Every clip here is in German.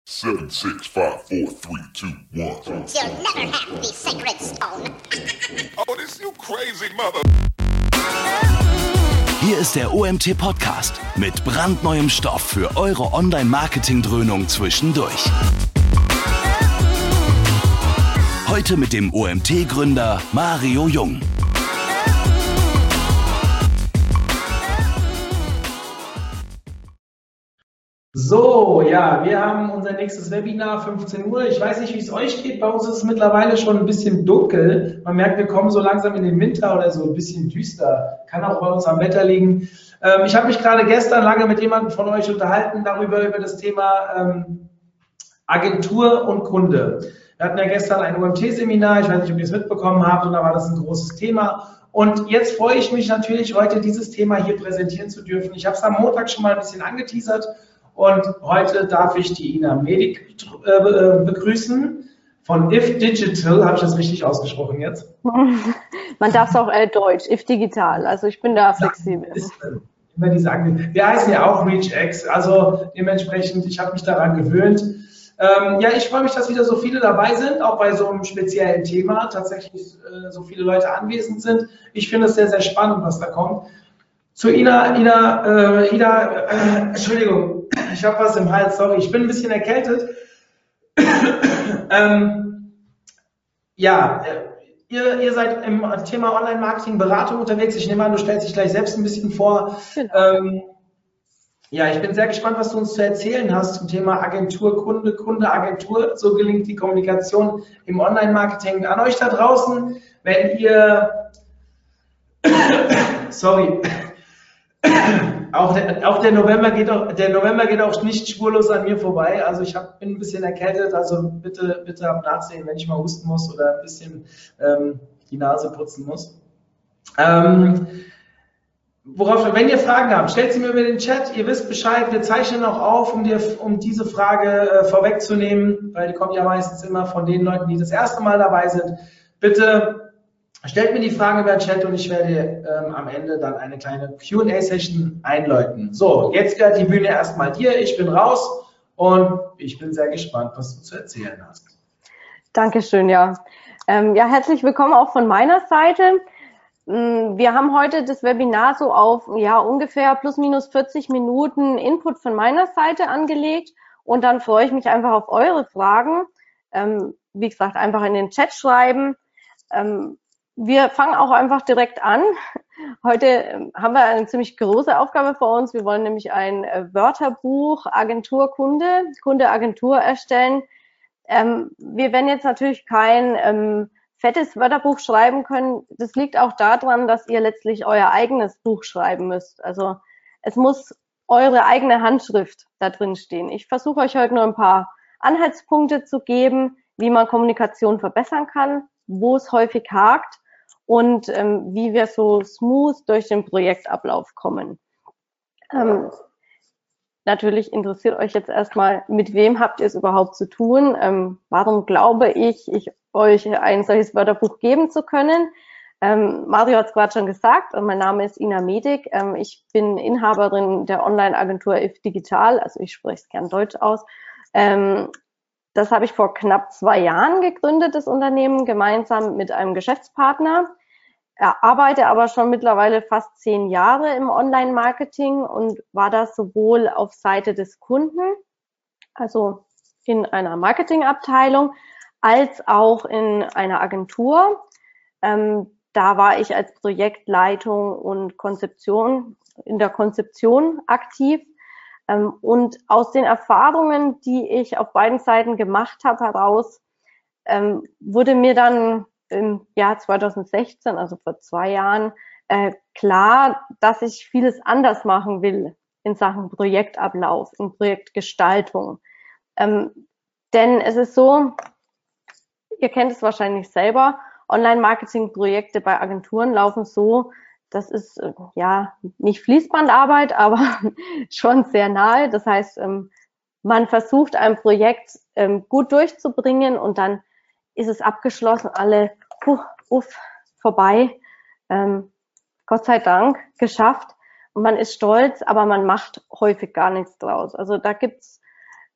Seven, six, five, four, three, two, one. You'll never have the sacred stone. Oh, this you crazy mother. Hier ist der OMT-Podcast mit brandneuem Stoff für eure Online-Marketing-Dröhnung zwischendurch. Heute mit dem OMT-Gründer Mario Jung. So, ja, wir haben unser nächstes Webinar, 15 Uhr. Ich weiß nicht, wie es euch geht. Bei uns ist es mittlerweile schon ein bisschen dunkel. Man merkt, wir kommen so langsam in den Winter oder so ein bisschen düster. Kann auch bei uns am Wetter liegen. Ich habe mich gerade gestern lange mit jemandem von euch unterhalten über das Thema Agentur und Kunde. Wir hatten ja gestern ein OMT-Seminar. Ich weiß nicht, ob ihr es mitbekommen habt, und da war das ein großes Thema. Und jetzt freue ich mich natürlich, heute dieses Thema hier präsentieren zu dürfen. Ich habe es am Montag schon mal ein bisschen angeteasert. Und heute darf ich die Ina Medig begrüßen von If Digital. Habe ich das richtig ausgesprochen jetzt? Man darf es auch Deutsch, If Digital. Also ich bin da flexibel. Immer diese wir heißen ja auch ReachX, also dementsprechend, ich habe mich daran gewöhnt. Ja, ich freue mich, dass wieder so viele dabei sind, auch bei so einem speziellen Thema, tatsächlich so viele Leute anwesend sind. Ich finde es sehr, sehr spannend, was da kommt. Zu Ina, Entschuldigung, ich habe was im Hals, sorry, ich bin ein bisschen erkältet. Ja, ihr seid im Thema Online-Marketing-Beratung unterwegs. Ich nehme an, du stellst dich gleich selbst ein bisschen vor. Genau. Ja, ich bin sehr gespannt, was du uns zu erzählen hast zum Thema Agentur, Kunde, Kunde, Agentur. So gelingt die Kommunikation im Online-Marketing. An euch da draußen, wenn ihr, sorry, auch der November geht auch nicht spurlos an mir vorbei. Also bin ein bisschen erkältet, also bitte habt Nachsehen, wenn ich mal husten muss oder ein bisschen die Nase putzen muss. Wenn ihr Fragen habt, stellt sie mir über den Chat. Ihr wisst Bescheid, wir zeichnen auch auf, um diese Frage vorwegzunehmen, weil die kommt ja meistens immer von den Leuten, die das erste Mal dabei sind. Bitte stellt mir die Fragen über den Chat und ich werde am Ende dann eine kleine Q&A-Session einläuten. So, jetzt gehört die Bühne erstmal dir. Ich bin raus und ich bin sehr gespannt, was du zu erzählen hast. Dankeschön, ja. Ja, herzlich willkommen auch von meiner Seite. Wir haben heute das Webinar so auf ungefähr plus minus 40 Minuten Input von meiner Seite angelegt und dann freue ich mich einfach auf eure Fragen. Wie gesagt, einfach in den Chat schreiben. Wir fangen auch einfach direkt an. Heute haben wir eine ziemlich große Aufgabe vor uns. Wir wollen nämlich ein Wörterbuch Agentur-Kunde, Kunde-Agentur erstellen. Wir werden jetzt natürlich kein fettes Wörterbuch schreiben können. Das liegt auch daran, dass ihr letztlich euer eigenes Buch schreiben müsst. Also es muss eure eigene Handschrift da drin stehen. Ich versuche euch heute nur ein paar Anhaltspunkte zu geben, wie man Kommunikation verbessern kann, wo es häufig hakt und wie wir so smooth durch den Projektablauf kommen. Natürlich interessiert euch jetzt erstmal, mit wem habt ihr es überhaupt zu tun? Warum glaube ich euch ein solches Wörterbuch geben zu können? Mario hat es gerade schon gesagt, mein Name ist Ina Medig. Ich bin Inhaberin der Online-Agentur If Digital, also ich spreche es gern Deutsch aus. Das habe ich vor knapp 2 Jahren gegründet, das Unternehmen, gemeinsam mit einem Geschäftspartner. Arbeite aber schon mittlerweile fast 10 Jahre im Online-Marketing und war das sowohl auf Seite des Kunden, also in einer Marketingabteilung, als auch in einer Agentur. Da war ich als Projektleitung und in der Konzeption aktiv. Und aus den Erfahrungen, die ich auf beiden Seiten gemacht habe, heraus, wurde mir dann im Jahr 2016, also vor 2 Jahren, klar, dass ich vieles anders machen will in Sachen Projektablauf, in Projektgestaltung. Denn es ist so, ihr kennt es wahrscheinlich selber, Online-Marketing-Projekte bei Agenturen laufen so, das ist nicht Fließbandarbeit, aber schon sehr nahe. Das heißt, man versucht ein Projekt gut durchzubringen und dann ist es abgeschlossen, alle vorbei, Gott sei Dank, geschafft. Und man ist stolz, aber man macht häufig gar nichts draus. Also da gibt's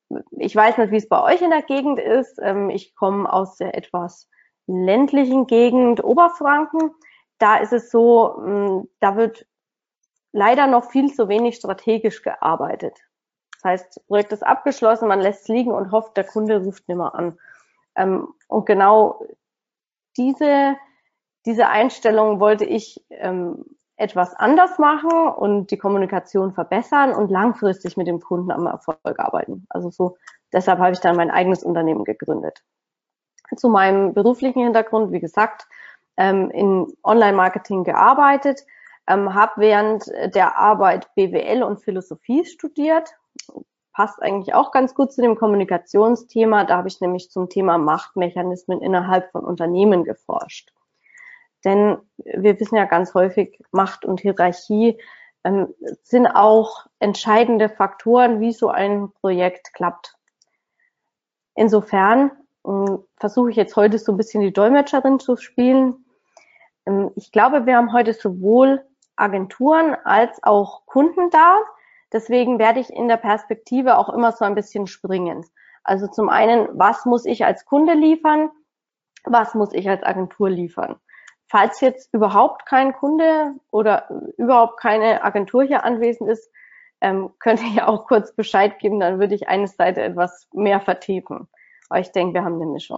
ich weiß nicht, wie es bei euch in der Gegend ist. Ich komme aus der etwas ländlichen Gegend Oberfranken. Da ist es so, da wird leider noch viel zu wenig strategisch gearbeitet. Das heißt, das Projekt ist abgeschlossen, man lässt es liegen und hofft, der Kunde ruft nicht mehr an. Und genau diese Einstellung wollte ich etwas anders machen und die Kommunikation verbessern und langfristig mit dem Kunden am Erfolg arbeiten. Also so, deshalb habe ich dann mein eigenes Unternehmen gegründet. Zu meinem beruflichen Hintergrund, wie gesagt, in Online-Marketing gearbeitet, habe während der Arbeit BWL und Philosophie studiert. Passt eigentlich auch ganz gut zu dem Kommunikationsthema. Da habe ich nämlich zum Thema Machtmechanismen innerhalb von Unternehmen geforscht. Denn wir wissen ja ganz häufig, Macht und Hierarchie sind auch entscheidende Faktoren, wie so ein Projekt klappt. Insofern versuche ich jetzt heute so ein bisschen die Dolmetscherin zu spielen. Ich glaube, wir haben heute sowohl Agenturen als auch Kunden da. Deswegen werde ich in der Perspektive auch immer so ein bisschen springen. Also zum einen, was muss ich als Kunde liefern? Was muss ich als Agentur liefern? Falls jetzt überhaupt kein Kunde oder überhaupt keine Agentur hier anwesend ist, könnt ihr ja auch kurz Bescheid geben, dann würde ich eine Seite etwas mehr vertiefen. Aber ich denke, wir haben eine Mischung.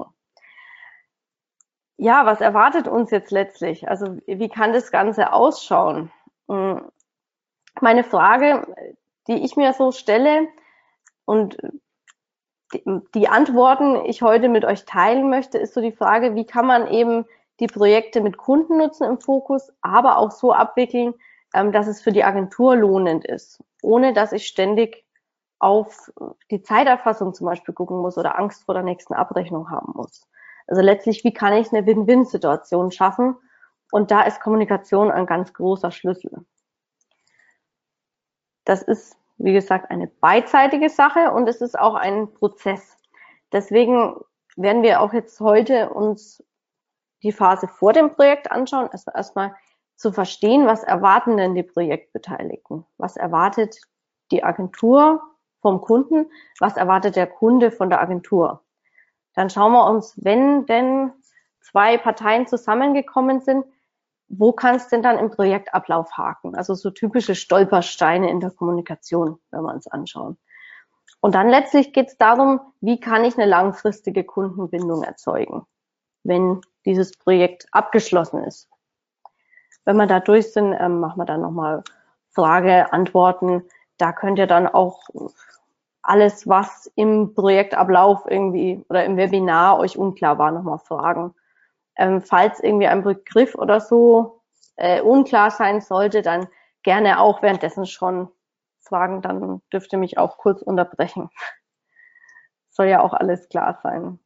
Ja, was erwartet uns jetzt letztlich? Also wie kann das Ganze ausschauen? Meine Frage, die ich mir so stelle und die Antworten ich heute mit euch teilen möchte, ist so die Frage, wie kann man eben die Projekte mit Kundennutzen im Fokus, aber auch so abwickeln, dass es für die Agentur lohnend ist, ohne dass ich ständig auf die Zeiterfassung zum Beispiel gucken muss oder Angst vor der nächsten Abrechnung haben muss. Also letztlich, wie kann ich eine Win-Win-Situation schaffen? Und da ist Kommunikation ein ganz großer Schlüssel. Das ist, wie gesagt, eine beidseitige Sache und es ist auch ein Prozess. Deswegen werden wir auch jetzt heute uns die Phase vor dem Projekt anschauen, also erstmal zu verstehen, was erwarten denn die Projektbeteiligten? Was erwartet die Agentur vom Kunden? Was erwartet der Kunde von der Agentur? Dann schauen wir uns, wenn denn zwei Parteien zusammengekommen sind, wo kann es denn dann im Projektablauf haken? Also so typische Stolpersteine in der Kommunikation, wenn wir uns anschauen. Und dann letztlich geht es darum, wie kann ich eine langfristige Kundenbindung erzeugen, wenn dieses Projekt abgeschlossen ist. Wenn wir da durch sind, machen wir dann nochmal Frage, Antworten. Da könnt ihr dann auch alles, was im Projektablauf irgendwie oder im Webinar euch unklar war, nochmal fragen. Falls irgendwie ein Begriff oder so unklar sein sollte, dann gerne auch währenddessen schon fragen, dann dürft ihr mich auch kurz unterbrechen. Soll ja auch alles klar sein.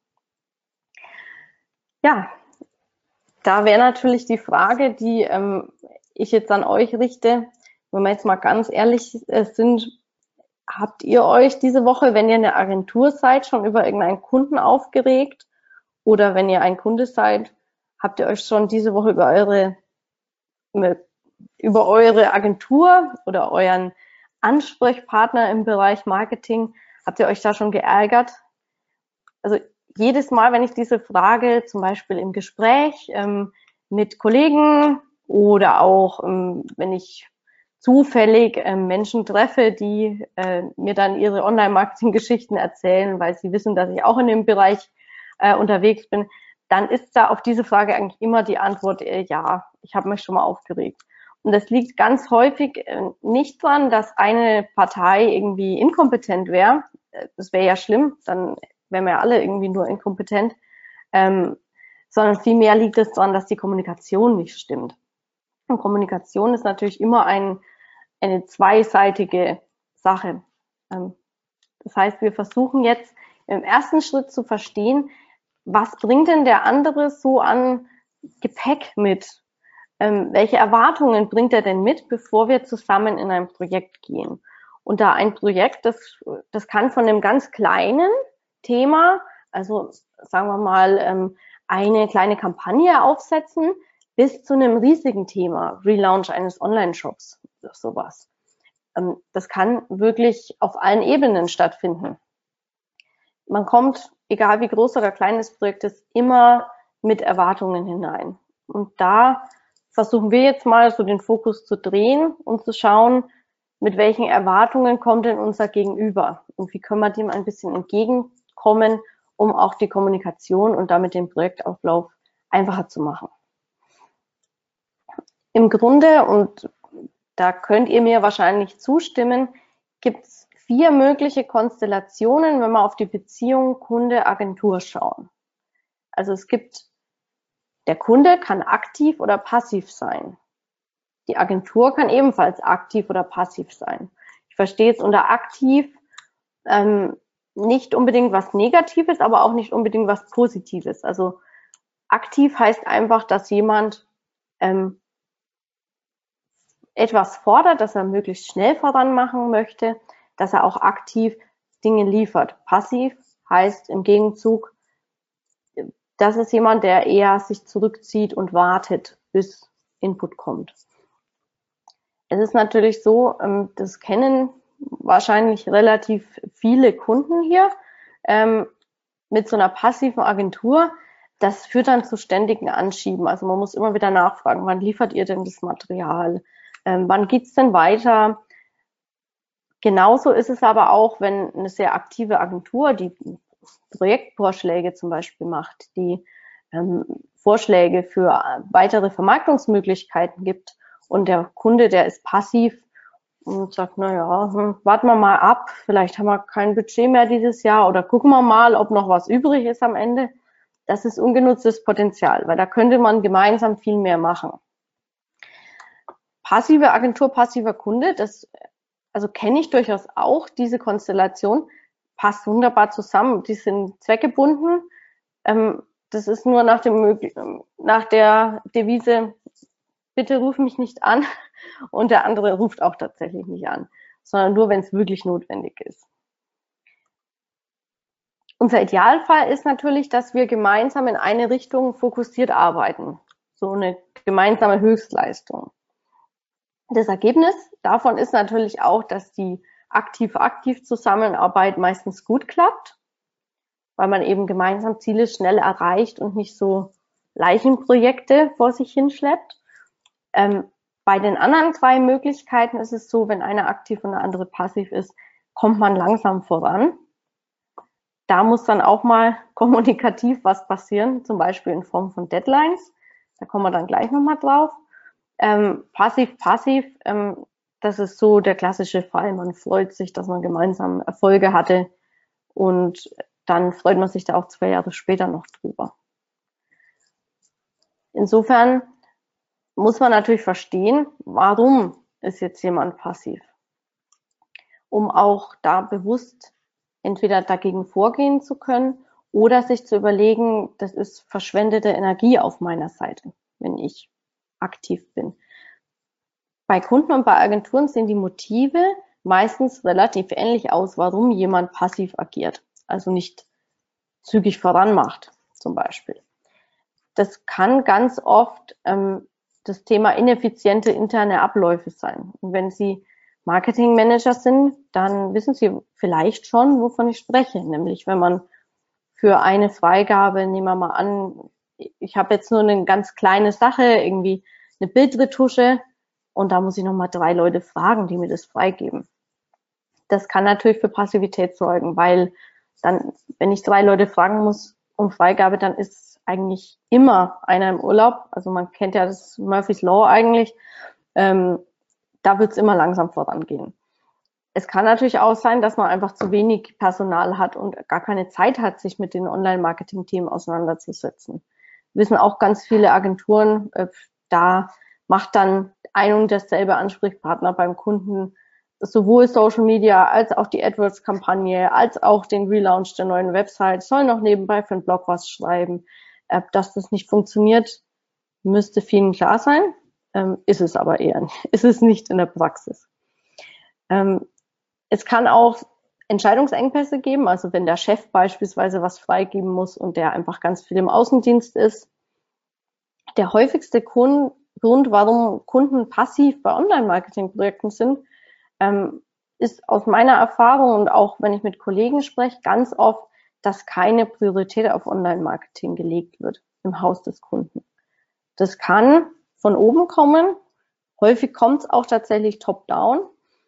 Ja, da wäre natürlich die Frage, die ich jetzt an euch richte, wenn wir jetzt mal ganz ehrlich sind, habt ihr euch diese Woche, wenn ihr eine Agentur seid, schon über irgendeinen Kunden aufgeregt? Oder wenn ihr ein Kunde seid, habt ihr euch schon diese Woche über eure Agentur oder euren Ansprechpartner im Bereich Marketing, habt ihr euch da schon geärgert? Also jedes Mal, wenn ich diese Frage zum Beispiel im Gespräch mit Kollegen oder auch wenn ich zufällig Menschen treffe, die mir dann ihre Online-Marketing-Geschichten erzählen, weil sie wissen, dass ich auch in dem Bereich unterwegs bin, dann ist da auf diese Frage eigentlich immer die Antwort, ja, ich habe mich schon mal aufgeregt. Und das liegt ganz häufig nicht daran, dass eine Partei irgendwie inkompetent wäre. Das wäre ja schlimm, dann wären wir alle irgendwie nur inkompetent, sondern vielmehr liegt es daran, dass die Kommunikation nicht stimmt. Und Kommunikation ist natürlich immer eine zweiseitige Sache. Das heißt, wir versuchen jetzt im ersten Schritt zu verstehen, was bringt denn der andere so an Gepäck mit? Welche Erwartungen bringt er denn mit, bevor wir zusammen in ein Projekt gehen? Und da ein Projekt, das kann von einem ganz kleinen Thema, also sagen wir mal eine kleine Kampagne aufsetzen, bis zu einem riesigen Thema, Relaunch eines Online-Shops oder sowas. Das kann wirklich auf allen Ebenen stattfinden. man kommt, egal wie groß oder klein das Projekt ist, immer mit Erwartungen hinein. Und da versuchen wir jetzt mal so den Fokus zu drehen und zu schauen, mit welchen Erwartungen kommt denn unser Gegenüber und wie können wir dem ein bisschen entgegenkommen, um auch die Kommunikation und damit den Projektablauf einfacher zu machen. Im Grunde, und da könnt ihr mir wahrscheinlich zustimmen, gibt es 4 mögliche Konstellationen, wenn wir auf die Beziehung Kunde-Agentur schauen. Also es gibt, der Kunde kann aktiv oder passiv sein. Die Agentur kann ebenfalls aktiv oder passiv sein. Ich verstehe jetzt unter aktiv nicht unbedingt was Negatives, aber auch nicht unbedingt was Positives. Also aktiv heißt einfach, dass jemand etwas fordert, dass er möglichst schnell voran machen möchte, dass er auch aktiv Dinge liefert. Passiv heißt im Gegenzug, das ist jemand, der eher sich zurückzieht und wartet, bis Input kommt. Es ist natürlich so, das kennen wahrscheinlich relativ viele Kunden hier, mit so einer passiven Agentur, das führt dann zu ständigen Anschieben. Also man muss immer wieder nachfragen, wann liefert ihr denn das Material? Wann geht's denn weiter? Genauso ist es aber auch, wenn eine sehr aktive Agentur, die Projektvorschläge zum Beispiel macht, die Vorschläge für weitere Vermarktungsmöglichkeiten gibt und der Kunde, der ist passiv und sagt, naja, warten wir mal ab, vielleicht haben wir kein Budget mehr dieses Jahr oder gucken wir mal, ob noch was übrig ist am Ende. Das ist ungenutztes Potenzial, weil da könnte man gemeinsam viel mehr machen. Passive Agentur, passiver Kunde, das also kenne ich durchaus auch, diese Konstellation passt wunderbar zusammen. Die sind zweckgebunden. Das ist nur nach der Devise, bitte ruf mich nicht an, und der andere ruft auch tatsächlich nicht an, sondern nur, wenn es wirklich notwendig ist. Unser Idealfall ist natürlich, dass wir gemeinsam in eine Richtung fokussiert arbeiten. So eine gemeinsame Höchstleistung. Das Ergebnis davon ist natürlich auch, dass die aktiv Zusammenarbeit meistens gut klappt, weil man eben gemeinsam Ziele schnell erreicht und nicht so Leichenprojekte vor sich hinschleppt. Bei den anderen 2 Möglichkeiten ist es so, wenn einer aktiv und der andere passiv ist, kommt man langsam voran. Da muss dann auch mal kommunikativ was passieren, zum Beispiel in Form von Deadlines. Da kommen wir dann gleich nochmal drauf. Passiv, das ist so der klassische Fall. Man freut sich, dass man gemeinsam Erfolge hatte und dann freut man sich da auch 2 Jahre später noch drüber. Insofern muss man natürlich verstehen, warum ist jetzt jemand passiv, um auch da bewusst entweder dagegen vorgehen zu können oder sich zu überlegen, das ist verschwendete Energie auf meiner Seite, wenn ich aktiv bin. Bei Kunden und bei Agenturen sehen die Motive meistens relativ ähnlich aus, warum jemand passiv agiert, also nicht zügig voran macht, zum Beispiel. Das kann ganz oft das Thema ineffiziente interne Abläufe sein. Und wenn Sie Marketingmanager sind, dann wissen Sie vielleicht schon, wovon ich spreche. Nämlich, wenn man für eine Freigabe, nehmen wir mal an, ich habe jetzt nur eine ganz kleine Sache, irgendwie eine Bildretusche, und da muss ich nochmal 3 Leute fragen, die mir das freigeben. Das kann natürlich für Passivität sorgen, weil dann, wenn ich 3 Leute fragen muss um Freigabe, dann ist eigentlich immer einer im Urlaub. Also man kennt ja das Murphy's Law eigentlich. Da wird es immer langsam vorangehen. Es kann natürlich auch sein, dass man einfach zu wenig Personal hat und gar keine Zeit hat, sich mit den Online-Marketing-Themen auseinanderzusetzen. Wissen auch ganz viele Agenturen, da macht dann ein und derselbe Ansprechpartner beim Kunden sowohl Social Media als auch die AdWords-Kampagne, als auch den Relaunch der neuen Website, soll noch nebenbei für einen Blog was schreiben. Dass das nicht funktioniert, müsste vielen klar sein, ist es aber eher nicht. Ist es nicht in der Praxis. Es kann auch Entscheidungsengpässe geben, also wenn der Chef beispielsweise was freigeben muss und der einfach ganz viel im Außendienst ist. Der häufigste Grund, warum Kunden passiv bei Online-Marketing-Projekten sind, ist aus meiner Erfahrung und auch wenn ich mit Kollegen spreche, ganz oft dass keine Priorität auf Online-Marketing gelegt wird im Haus des Kunden. Das kann von oben kommen. Häufig kommt es auch tatsächlich top-down.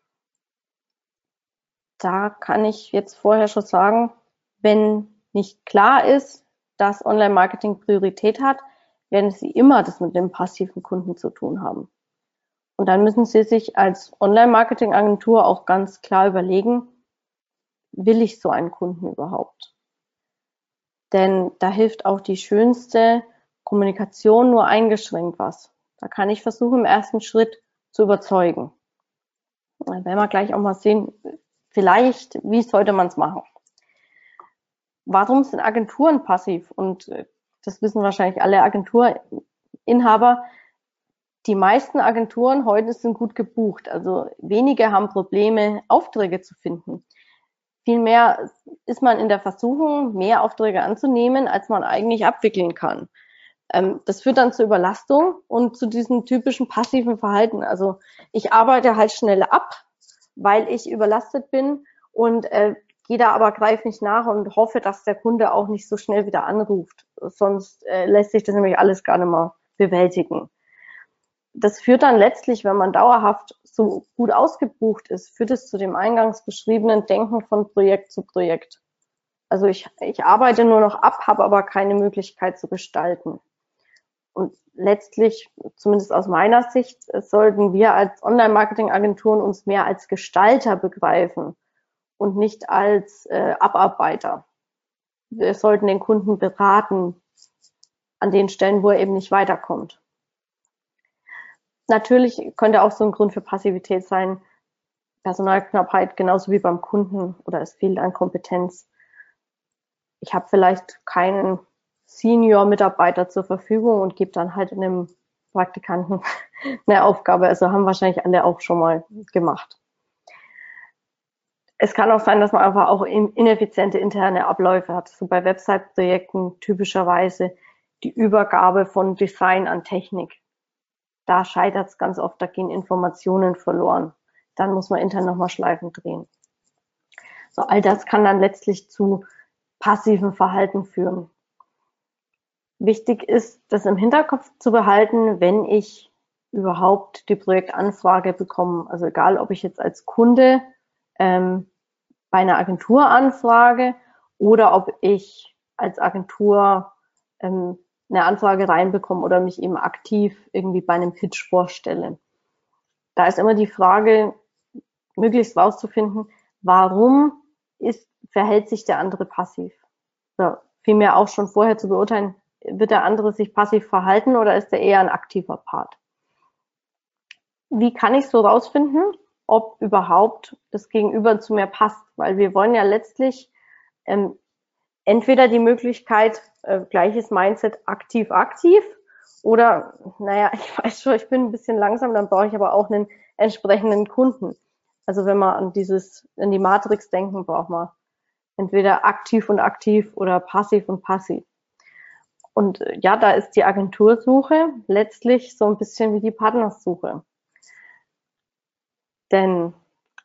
Da kann ich jetzt vorher schon sagen, wenn nicht klar ist, dass Online-Marketing Priorität hat, werden Sie immer das mit dem passiven Kunden zu tun haben. Und dann müssen Sie sich als Online-Marketing-Agentur auch ganz klar überlegen, will ich so einen Kunden überhaupt? Denn da hilft auch die schönste Kommunikation nur eingeschränkt was. Da kann ich versuchen, im ersten Schritt zu überzeugen. Dann werden wir gleich auch mal sehen, vielleicht, wie sollte man es machen. Warum sind Agenturen passiv? Und das wissen wahrscheinlich alle Agenturinhaber. Die meisten Agenturen heute sind gut gebucht. Also wenige haben Probleme, Aufträge zu finden. Vielmehr ist man in der Versuchung, mehr Aufträge anzunehmen, als man eigentlich abwickeln kann. Das führt dann zur Überlastung und zu diesem typischen passiven Verhalten. Also ich arbeite halt schnell ab, weil ich überlastet bin und gehe da aber greif nicht nach und hoffe, dass der Kunde auch nicht so schnell wieder anruft. Sonst lässt sich das nämlich alles gar nicht mehr bewältigen. Das führt dann letztlich, wenn man dauerhaft so gut ausgebucht ist, führt es zu dem eingangs beschriebenen Denken von Projekt zu Projekt. Also ich arbeite nur noch ab, habe aber keine Möglichkeit zu gestalten. Und letztlich, zumindest aus meiner Sicht, sollten wir als Online-Marketing-Agenturen uns mehr als Gestalter begreifen und nicht als Abarbeiter. Wir sollten den Kunden beraten an den Stellen, wo er eben nicht weiterkommt. Natürlich könnte auch so ein Grund für Passivität sein, Personalknappheit, genauso wie beim Kunden, oder es fehlt an Kompetenz. Ich habe vielleicht keinen Senior-Mitarbeiter zur Verfügung und gebe dann halt einem Praktikanten eine Aufgabe. Also haben wahrscheinlich alle auch schon mal gemacht. Es kann auch sein, dass man einfach auch ineffiziente interne Abläufe hat. So bei Website-Projekten typischerweise die Übergabe von Design an Technik. Da scheitert es ganz oft, da gehen Informationen verloren. Dann muss man intern nochmal Schleifen drehen. So, all das kann dann letztlich zu passiven Verhalten führen. Wichtig ist, das im Hinterkopf zu behalten, wenn ich überhaupt die Projektanfrage bekomme. Also egal, ob ich jetzt als Kunde bei einer Agentur anfrage oder ob ich als Agentur eine Anfrage reinbekomme oder mich eben aktiv irgendwie bei einem Pitch vorstelle. Da ist immer die Frage, möglichst rauszufinden, warum verhält sich der andere passiv? Oder vielmehr auch schon vorher zu beurteilen, wird der andere sich passiv verhalten oder ist er eher ein aktiver Part? Wie kann ich so rausfinden, ob überhaupt das Gegenüber zu mir passt? Weil wir wollen ja letztlich entweder die Möglichkeit, gleiches Mindset aktiv oder, naja, ich weiß schon, ich bin ein bisschen langsam, dann brauche ich aber auch einen entsprechenden Kunden. Also wenn man in die Matrix denken, braucht man entweder aktiv und aktiv oder passiv und passiv. Und ja, da ist die Agentursuche letztlich so ein bisschen wie die Partnersuche. Denn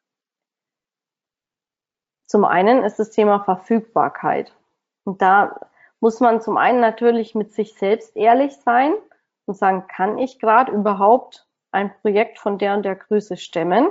zum einen ist das Thema Verfügbarkeit. Und da muss man zum einen natürlich mit sich selbst ehrlich sein und sagen, kann ich gerade überhaupt ein Projekt von der und der Größe stemmen?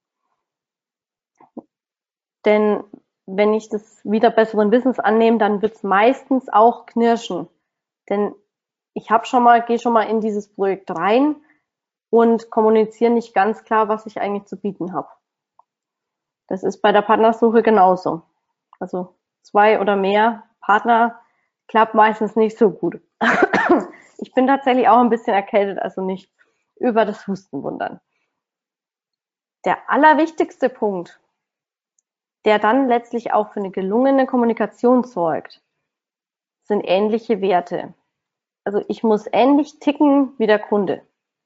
Denn wenn ich das wieder besseren Wissens annehme, dann wird es meistens auch knirschen. Denn ich gehe schon mal in dieses Projekt rein und kommuniziere nicht ganz klar, was ich eigentlich zu bieten habe. Das ist bei der Partnersuche genauso. Also 2 oder mehr Partner klappt meistens nicht so gut. Ich bin tatsächlich auch ein bisschen erkältet, also nicht über das Husten wundern. Der allerwichtigste Punkt, der dann letztlich auch für eine gelungene Kommunikation sorgt, sind ähnliche Werte. Also ich muss ähnlich ticken wie der Kunde.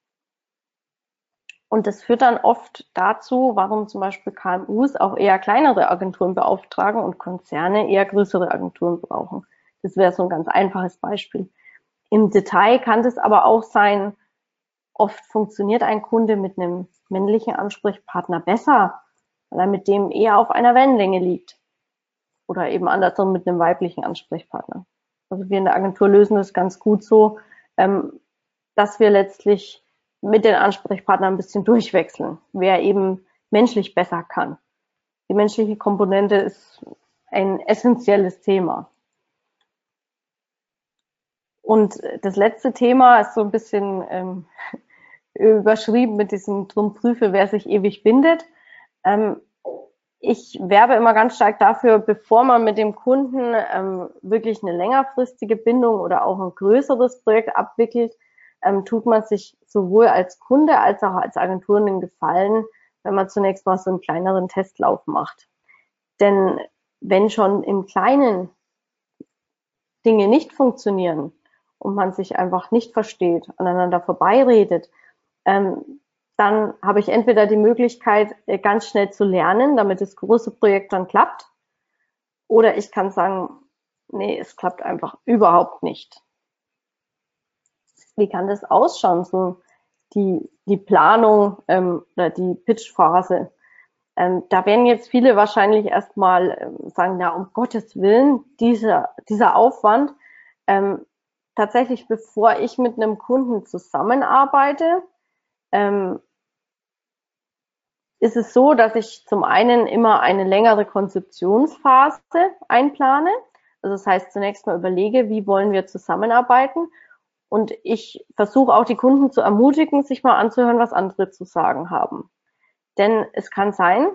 Und das führt dann oft dazu, warum zum Beispiel KMUs auch eher kleinere Agenturen beauftragen und Konzerne eher größere Agenturen brauchen. Das wäre so ein ganz einfaches Beispiel. Im Detail kann es aber auch sein, oft funktioniert ein Kunde mit einem männlichen Ansprechpartner besser, weil er mit dem eher auf einer Wellenlänge liegt. oder eben andersrum mit einem weiblichen Ansprechpartner. Also wir in der Agentur lösen das ganz gut so, dass wir letztlich mit den Ansprechpartnern ein bisschen durchwechseln, wer eben menschlich besser kann. Die menschliche Komponente ist ein essentielles Thema. Und das letzte Thema ist so ein bisschen überschrieben mit diesem Drum prüfe, wer sich ewig bindet. Ich werbe immer ganz stark dafür, bevor man mit dem Kunden wirklich eine längerfristige Bindung oder auch ein größeres Projekt abwickelt, tut man sich sowohl als Kunde als auch als Agentur einen Gefallen, wenn man zunächst mal so einen kleineren Testlauf macht. Denn wenn schon im Kleinen Dinge nicht funktionieren und man sich einfach nicht versteht, aneinander vorbeiredet, dann habe ich entweder die Möglichkeit, ganz schnell zu lernen, damit das große Projekt dann klappt, oder ich kann sagen, nee, es klappt einfach überhaupt nicht. Wie kann das ausschauen, so die Planung oder die Pitch-Phase? Da werden jetzt viele wahrscheinlich erstmal sagen, na, um Gottes Willen, dieser Aufwand. Tatsächlich, bevor ich mit einem Kunden zusammenarbeite, ist es so, dass ich zum einen immer eine längere Konzeptionsphase einplane. Also das heißt, zunächst mal überlege, wie wollen wir zusammenarbeiten. Und ich versuche auch die Kunden zu ermutigen, sich mal anzuhören, was andere zu sagen haben. Denn es kann sein,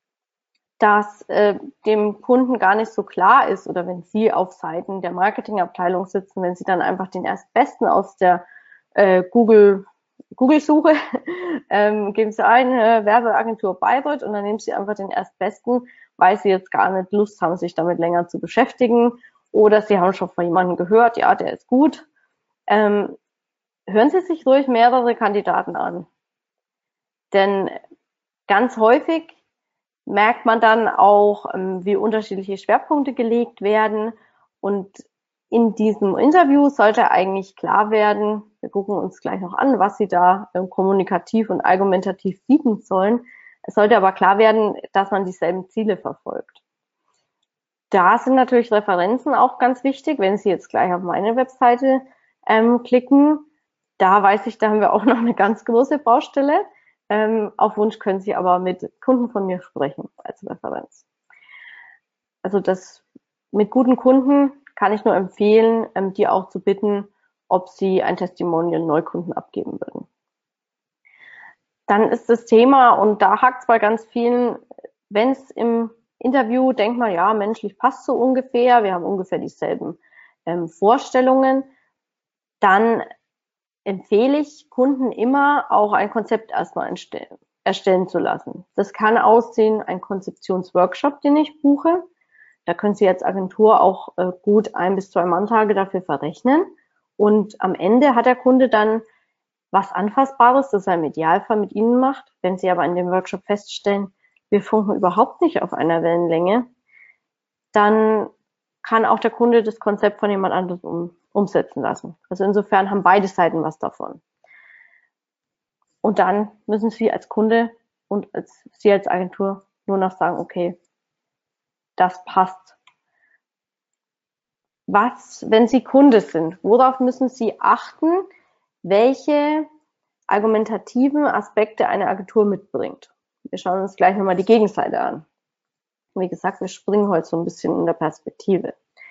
dass dem Kunden gar nicht so klar ist, oder wenn Sie auf Seiten der Marketingabteilung sitzen, wenn Sie dann einfach den Erstbesten aus der Google-Suche geben Sie ein, Werbeagentur Bayreuth, und dann nehmen Sie einfach den Erstbesten, weil Sie jetzt gar nicht Lust haben, sich damit länger zu beschäftigen, oder Sie haben schon von jemandem gehört, ja, der ist gut. Hören Sie sich ruhig mehrere Kandidaten an. Denn ganz häufig merkt man dann auch, wie unterschiedliche Schwerpunkte gelegt werden. Und in diesem Interview sollte eigentlich klar werden, wir gucken uns gleich noch an, was Sie da kommunikativ und argumentativ bieten sollen. Es sollte aber klar werden, dass man dieselben Ziele verfolgt. Da sind natürlich Referenzen auch ganz wichtig. Wenn Sie jetzt gleich auf meine Webseite klicken, da weiß ich, da haben wir auch noch eine ganz große Baustelle. Auf Wunsch können Sie aber mit Kunden von mir sprechen als Referenz. Also das mit guten Kunden kann ich nur empfehlen, die auch zu bitten, ob sie ein Testimonial Neukunden abgeben würden. Dann ist das Thema, und da hakt es bei ganz vielen, wenn es im Interview denkt man, ja, menschlich passt so ungefähr, wir haben ungefähr dieselben Vorstellungen, dann empfehle ich Kunden immer, auch ein Konzept erstmal erstellen zu lassen. Das kann aussehen, ein Konzeptionsworkshop, den ich buche. Da können Sie als Agentur auch gut 1 bis 2 Manntage dafür verrechnen. Und am Ende hat der Kunde dann was Anfassbares, das er im Idealfall mit Ihnen macht. Wenn Sie aber in dem Workshop feststellen, wir funken überhaupt nicht auf einer Wellenlänge, dann kann auch der Kunde das Konzept von jemand anderem umsetzen lassen. Also insofern haben beide Seiten was davon. Und dann müssen Sie als Kunde und Sie als Agentur nur noch sagen, okay, das passt. Was, wenn Sie Kunde sind, worauf müssen Sie achten, welche argumentativen Aspekte eine Agentur mitbringt? Wir schauen uns gleich nochmal die Gegenseite an. Wie gesagt, wir springen heute so ein bisschen in der Perspektive.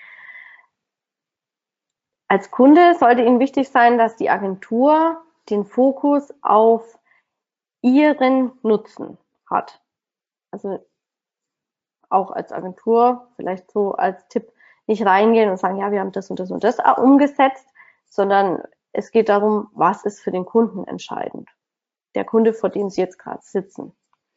Als Kunde sollte Ihnen wichtig sein, dass die Agentur den Fokus auf Ihren Nutzen hat. Also auch als Agentur, vielleicht so als Tipp, nicht reingehen und sagen, ja, wir haben das und das und das umgesetzt, sondern es geht darum, was ist für den Kunden entscheidend. Der Kunde, vor dem Sie jetzt gerade sitzen.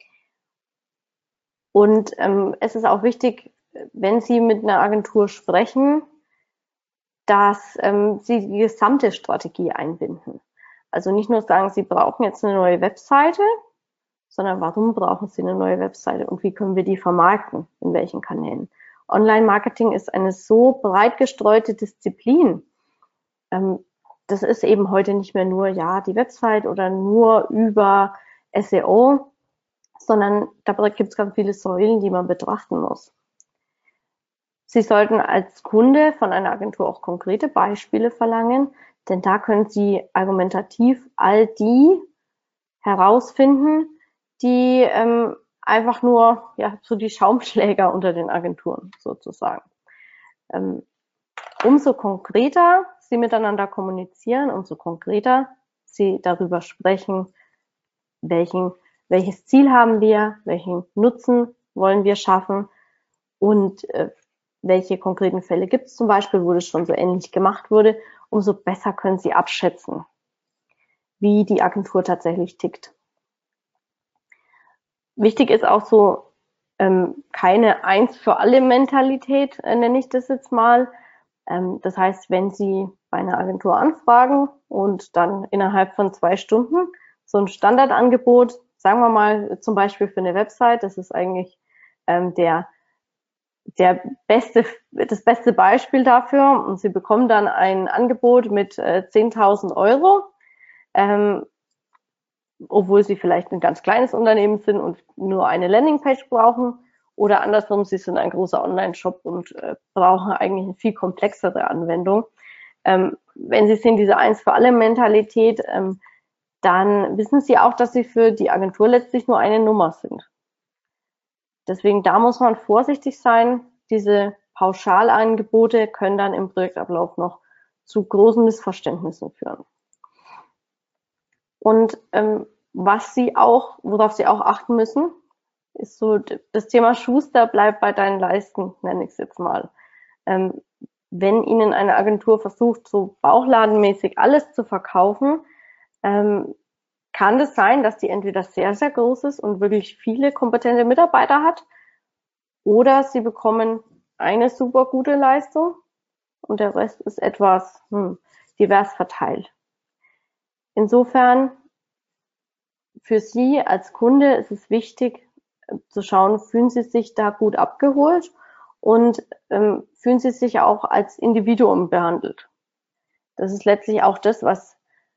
Und es ist auch wichtig, wenn Sie mit einer Agentur sprechen, dass Sie die gesamte Strategie einbinden. Also nicht nur sagen, Sie brauchen jetzt eine neue Webseite, sondern warum brauchen Sie eine neue Webseite und wie können wir die vermarkten, in welchen Kanälen. Online-Marketing ist eine so breit gestreute Disziplin. Das ist eben heute nicht mehr nur, ja, die Website oder nur über SEO, sondern da gibt es ganz viele Säulen, die man betrachten muss. Sie sollten als Kunde von einer Agentur auch konkrete Beispiele verlangen, denn da können Sie argumentativ all die herausfinden, die einfach nur so die Schaumschläger unter den Agenturen sozusagen. Umso konkreter Sie miteinander kommunizieren, umso konkreter Sie darüber sprechen, welches Ziel haben wir, welchen Nutzen wollen wir schaffen und welche konkreten Fälle gibt es zum Beispiel, wo das schon so ähnlich gemacht wurde, umso besser können Sie abschätzen, wie die Agentur tatsächlich tickt. Wichtig ist auch so keine Eins-für-alle-Mentalität, nenne ich das jetzt mal. Das heißt, wenn Sie bei einer Agentur anfragen und dann innerhalb von 2 Stunden so ein Standardangebot, sagen wir mal zum Beispiel für eine Website, das ist eigentlich das beste Beispiel dafür, und Sie bekommen dann ein Angebot mit 10.000 Euro, obwohl Sie vielleicht ein ganz kleines Unternehmen sind und nur eine Landingpage brauchen, oder andersrum, Sie sind ein großer Online-Shop und brauchen eigentlich eine viel komplexere Anwendung. Wenn Sie sehen, diese Eins-für-alle-Mentalität, dann wissen Sie auch, dass Sie für die Agentur letztlich nur eine Nummer sind. Deswegen, da muss man vorsichtig sein. Diese Pauschalangebote können dann im Projektablauf noch zu großen Missverständnissen führen. Und worauf Sie auch achten müssen, ist so das Thema Schuster, bleib bei deinen Leisten, nenne ich es jetzt mal. Wenn Ihnen eine Agentur versucht, so bauchladenmäßig alles zu verkaufen, kann es sein, dass die entweder sehr, sehr groß ist und wirklich viele kompetente Mitarbeiter hat, oder Sie bekommen eine super gute Leistung und der Rest ist etwas divers verteilt. Insofern, für Sie als Kunde ist es wichtig zu schauen, fühlen Sie sich da gut abgeholt und fühlen Sie sich auch als Individuum behandelt. Das ist letztlich auch das, was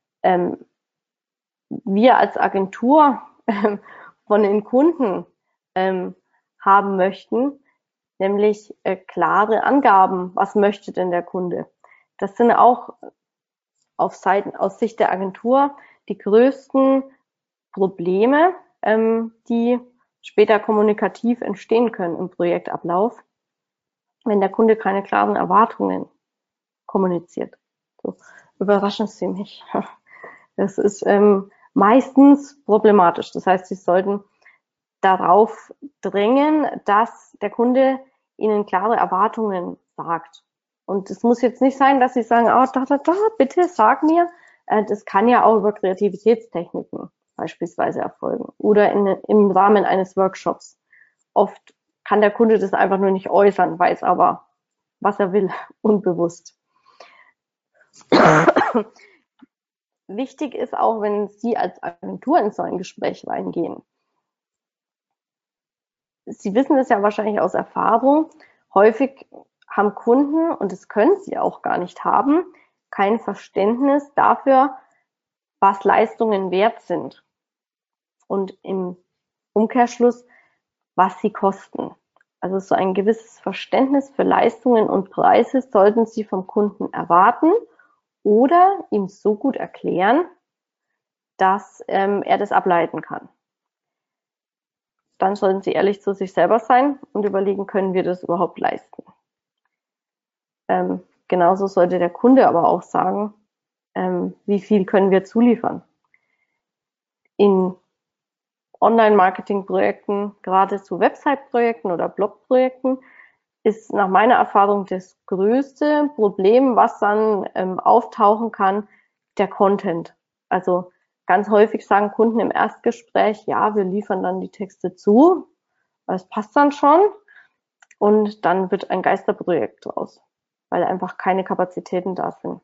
wir als Agentur von den Kunden haben möchten, nämlich klare Angaben, was möchte denn der Kunde. Das sind auch aus Sicht der Agentur die größten Probleme, die später kommunikativ entstehen können im Projektablauf, wenn der Kunde keine klaren Erwartungen kommuniziert. So, überraschen Sie mich. Das ist meistens problematisch. Das heißt, Sie sollten darauf drängen, dass der Kunde Ihnen klare Erwartungen sagt. Und es muss jetzt nicht sein, dass Sie sagen, bitte sag mir. Das kann ja auch über Kreativitätstechniken beispielsweise erfolgen oder im Rahmen eines Workshops. Oft kann der Kunde das einfach nur nicht äußern, weiß aber, was er will, unbewusst. Wichtig ist auch, wenn Sie als Agentur in so ein Gespräch reingehen. Sie wissen es ja wahrscheinlich aus Erfahrung, häufig haben Kunden, und das können sie auch gar nicht haben, kein Verständnis dafür, was Leistungen wert sind und im Umkehrschluss, was sie kosten. Also so ein gewisses Verständnis für Leistungen und Preise sollten Sie vom Kunden erwarten oder ihm so gut erklären, dass er das ableiten kann. Dann sollten Sie ehrlich zu sich selber sein und überlegen, können wir das überhaupt leisten? Genauso sollte der Kunde aber auch sagen, wie viel können wir zuliefern. In Online-Marketing-Projekten, gerade zu Website-Projekten oder Blog-Projekten, ist nach meiner Erfahrung das größte Problem, was dann auftauchen kann, der Content. Also ganz häufig sagen Kunden im Erstgespräch, ja, wir liefern dann die Texte zu, das passt dann schon, und dann wird ein Geisterprojekt draus, weil einfach keine Kapazitäten da sind.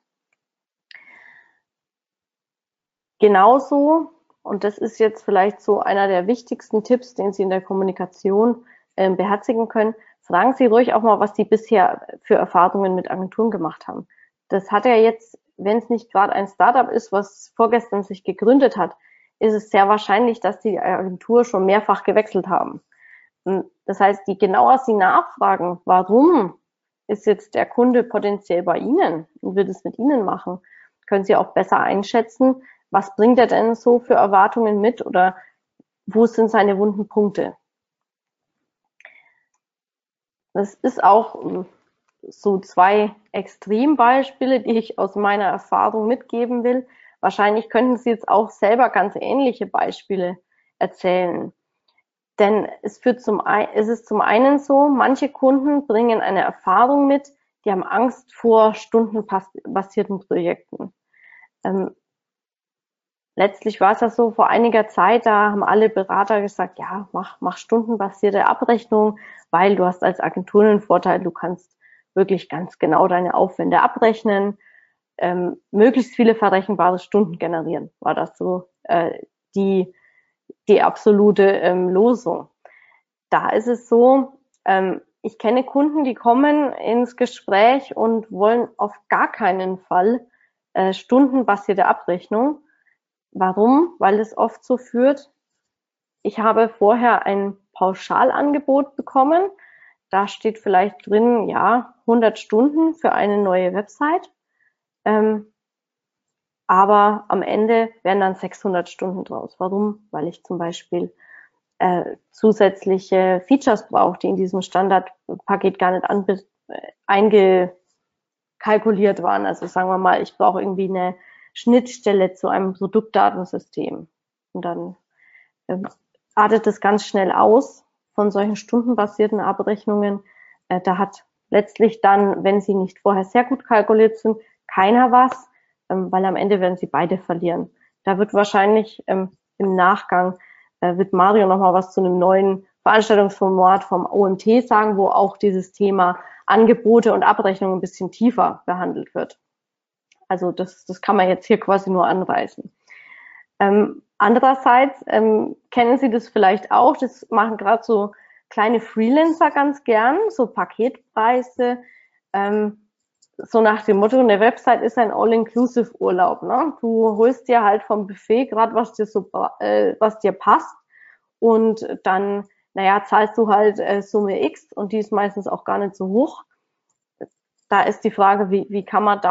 Genauso, und das ist jetzt vielleicht so einer der wichtigsten Tipps, den Sie in der Kommunikation beherzigen können, fragen Sie ruhig auch mal, was Sie bisher für Erfahrungen mit Agenturen gemacht haben. Das hat ja jetzt, wenn es nicht gerade ein Startup ist, was vorgestern sich gegründet hat, ist es sehr wahrscheinlich, dass die Agentur schon mehrfach gewechselt haben. Das heißt, je genauer Sie nachfragen, warum ist jetzt der Kunde potenziell bei Ihnen und wird es mit Ihnen machen? Können Sie auch besser einschätzen, was bringt er denn so für Erwartungen mit oder wo sind seine wunden Punkte? Das ist auch so 2 Extrembeispiele, die ich aus meiner Erfahrung mitgeben will. Wahrscheinlich könnten Sie jetzt auch selber ganz ähnliche Beispiele erzählen. Denn es ist zum einen so, manche Kunden bringen eine Erfahrung mit, die haben Angst vor stundenbasierten Projekten. Letztlich war es ja so, vor einiger Zeit, da haben alle Berater gesagt, ja, mach stundenbasierte Abrechnung, weil du hast als Agentur einen Vorteil, du kannst wirklich ganz genau deine Aufwände abrechnen, möglichst viele verrechenbare Stunden generieren, war das so die absolute Losung. Da ist es so, ich kenne Kunden, die kommen ins Gespräch und wollen auf gar keinen Fall stundenbasierte Abrechnung. Warum? Weil es oft so führt, ich habe vorher ein Pauschalangebot bekommen, da steht vielleicht drin, ja, 100 Stunden für eine neue Website, aber am Ende werden dann 600 Stunden draus. Warum? Weil ich zum Beispiel zusätzliche Features brauche, die in diesem Standardpaket gar nicht eingekalkuliert waren. Also sagen wir mal, ich brauche irgendwie eine Schnittstelle zu einem Produktdatensystem. Und dann artet es ganz schnell aus von solchen stundenbasierten Abrechnungen. Da hat letztlich dann, wenn sie nicht vorher sehr gut kalkuliert sind, keiner was, weil am Ende werden sie beide verlieren. Da wird wahrscheinlich im Nachgang wird Mario nochmal was zu einem neuen Veranstaltungsformat vom OMT sagen, wo auch dieses Thema Angebote und Abrechnung ein bisschen tiefer behandelt wird. Also das kann man jetzt hier quasi nur anreißen. Andererseits kennen Sie das vielleicht auch, das machen gerade so kleine Freelancer ganz gern, so Paketpreise, so nach dem Motto, eine Website ist ein All-Inclusive-Urlaub. Ne? Du holst dir halt vom Buffet gerade, was dir passt und dann, zahlst du halt Summe X und die ist meistens auch gar nicht so hoch. Da ist die Frage, wie kann man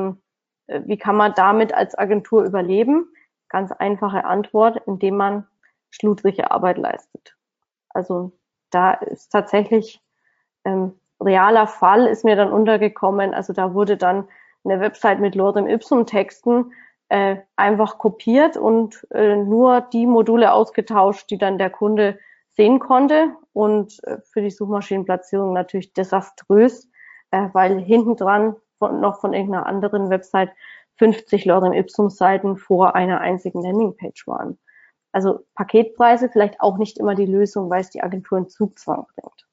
damit als Agentur überleben? Ganz einfache Antwort, indem man schludrige Arbeit leistet. Also da ist tatsächlich realer Fall ist mir dann untergekommen. Also da wurde dann eine Website mit Lorem Ipsum Texten einfach kopiert und nur die Module ausgetauscht, die dann der Kunde sehen konnte. Und für die Suchmaschinenplatzierung natürlich desaströs, weil hinten dran noch von irgendeiner anderen Website 50 Lorem Ipsum Seiten vor einer einzigen Landingpage waren. Also Paketpreise vielleicht auch nicht immer die Lösung, weil es die Agentur in Zugzwang bringt.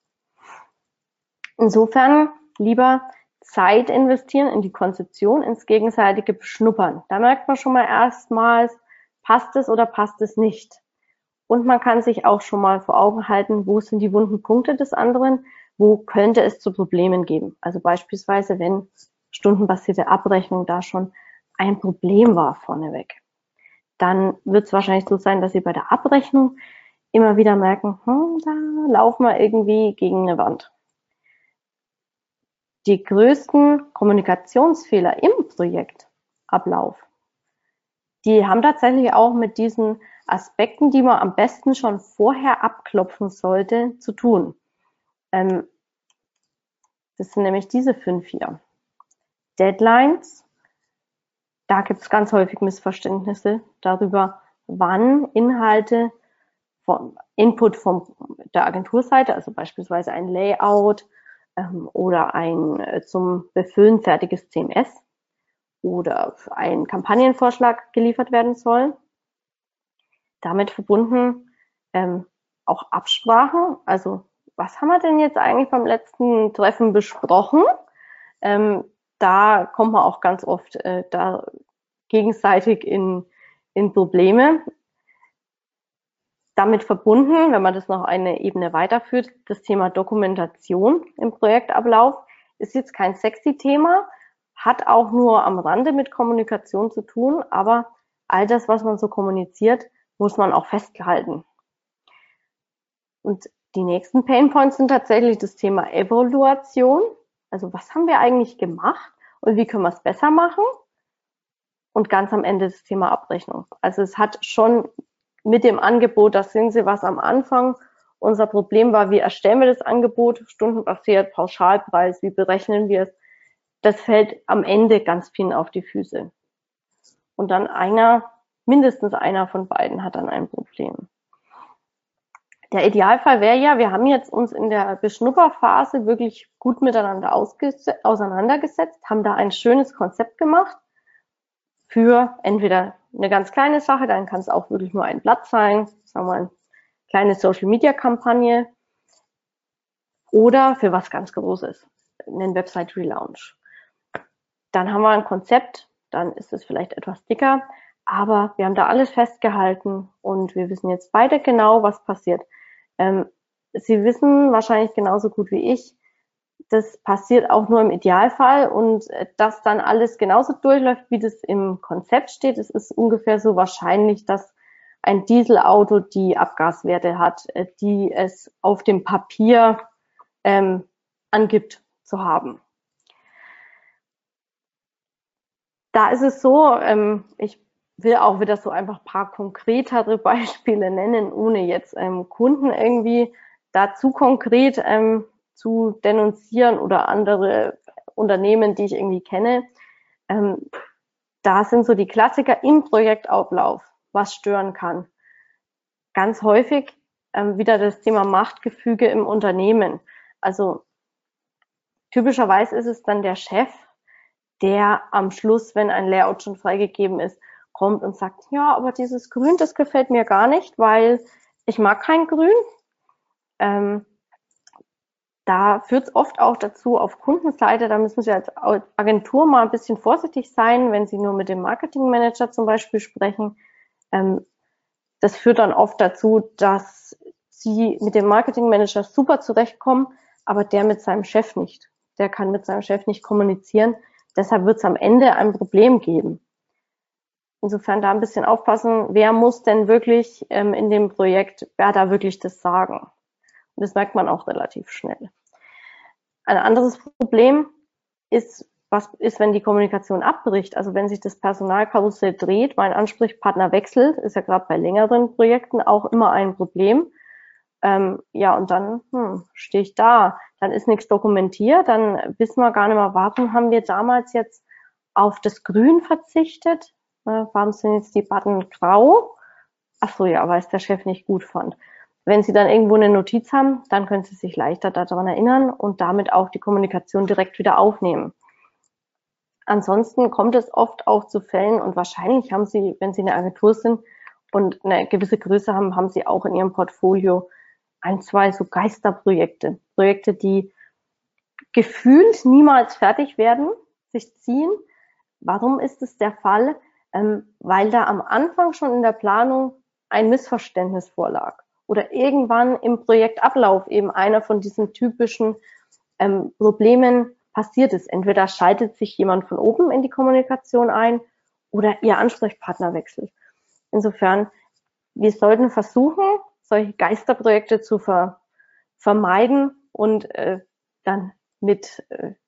Insofern lieber Zeit investieren in die Konzeption, ins gegenseitige Beschnuppern. Da merkt man schon mal erstmals, passt es oder passt es nicht. Und man kann sich auch schon mal vor Augen halten, wo sind die wunden Punkte des anderen, wo könnte es zu Problemen geben. Also beispielsweise, wenn stundenbasierte Abrechnung da schon ein Problem war vorneweg. Dann wird es wahrscheinlich so sein, dass Sie bei der Abrechnung immer wieder merken, da laufen wir irgendwie gegen eine Wand. Die größten Kommunikationsfehler im Projektablauf, die haben tatsächlich auch mit diesen Aspekten, die man am besten schon vorher abklopfen sollte, zu tun. Das sind nämlich diese 5 hier. Deadlines. Da gibt es ganz häufig Missverständnisse darüber, wann Inhalte vom Input von der Agenturseite, also beispielsweise ein Layout oder ein zum Befüllen fertiges CMS oder ein Kampagnenvorschlag geliefert werden soll. Damit verbunden auch Absprachen. Also was haben wir denn jetzt eigentlich beim letzten Treffen besprochen? Da kommt man auch ganz oft da gegenseitig in Probleme. Damit verbunden, wenn man das noch eine Ebene weiterführt, das Thema Dokumentation im Projektablauf ist jetzt kein sexy Thema, hat auch nur am Rande mit Kommunikation zu tun, aber all das, was man so kommuniziert, muss man auch festhalten. Und die nächsten Painpoints sind tatsächlich das Thema Evaluation. Also was haben wir eigentlich gemacht und wie können wir es besser machen? Und ganz am Ende das Thema Abrechnung. Also es hat schon mit dem Angebot, das sehen Sie, was am Anfang unser Problem war, wie erstellen wir das Angebot, stundenbasiert, Pauschalpreis, wie berechnen wir es? Das fällt am Ende ganz vielen auf die Füße. Und dann mindestens einer von beiden hat dann ein Problem. Der Idealfall wäre ja, wir haben jetzt uns in der Beschnupperphase wirklich gut miteinander auseinandergesetzt, haben da ein schönes Konzept gemacht für entweder eine ganz kleine Sache, dann kann es auch wirklich nur ein Blatt sein, sagen wir mal, eine kleine Social-Media-Kampagne oder für was ganz Großes, einen Website-Relaunch. Dann haben wir ein Konzept, dann ist es vielleicht etwas dicker, aber wir haben da alles festgehalten und wir wissen jetzt beide genau, was passiert. Sie wissen wahrscheinlich genauso gut wie ich, das passiert auch nur im Idealfall und dass dann alles genauso durchläuft, wie das im Konzept steht. Es ist ungefähr so wahrscheinlich, dass ein Dieselauto die Abgaswerte hat, die es auf dem Papier angibt zu haben. Da ist es so, ich will auch wieder so einfach ein paar konkretere Beispiele nennen, ohne jetzt Kunden irgendwie dazu konkret zu denunzieren oder andere Unternehmen, die ich irgendwie kenne. Da sind so die Klassiker im Projektablauf, was stören kann. Ganz häufig wieder das Thema Machtgefüge im Unternehmen. Also typischerweise ist es dann der Chef, der am Schluss, wenn ein Layout schon freigegeben ist, kommt und sagt, ja, aber dieses Grün, das gefällt mir gar nicht, weil ich mag kein Grün. Da führt es oft auch dazu, auf Kundenseite, da müssen Sie als Agentur mal ein bisschen vorsichtig sein, wenn Sie nur mit dem Marketingmanager zum Beispiel sprechen. Das führt dann oft dazu, dass Sie mit dem Marketingmanager super zurechtkommen, aber der mit seinem Chef nicht. Der kann mit seinem Chef nicht kommunizieren. Deshalb wird es am Ende ein Problem geben. Insofern da ein bisschen aufpassen, wer muss denn wirklich in dem Projekt, wer da wirklich das Sagen. Und das merkt man auch relativ schnell. Ein anderes Problem ist, was ist, wenn die Kommunikation abbricht? Also wenn sich das Personalkarussell dreht, mein Ansprechpartner wechselt, ist ja gerade bei längeren Projekten auch immer ein Problem. Ja, und dann stehe ich da. Dann ist nichts dokumentiert, dann wissen wir gar nicht mehr, warum haben wir damals jetzt auf das Grün verzichtet? Warum sind jetzt die Button grau? Ach so, ja, weil es der Chef nicht gut fand. Wenn Sie dann irgendwo eine Notiz haben, dann können Sie sich leichter daran erinnern und damit auch die Kommunikation direkt wieder aufnehmen. Ansonsten kommt es oft auch zu Fällen und wahrscheinlich haben Sie, wenn Sie eine Agentur sind und eine gewisse Größe haben, haben Sie auch in Ihrem Portfolio 1, 2 so Geisterprojekte. Projekte, die gefühlt niemals fertig werden, sich ziehen. Warum ist es der Fall? Weil da am Anfang schon in der Planung ein Missverständnis vorlag oder irgendwann im Projektablauf eben einer von diesen typischen Problemen passiert ist. Entweder schaltet sich jemand von oben in die Kommunikation ein oder Ihr Ansprechpartner wechselt. Insofern, wir sollten versuchen, solche Geisterprojekte zu vermeiden und dann mit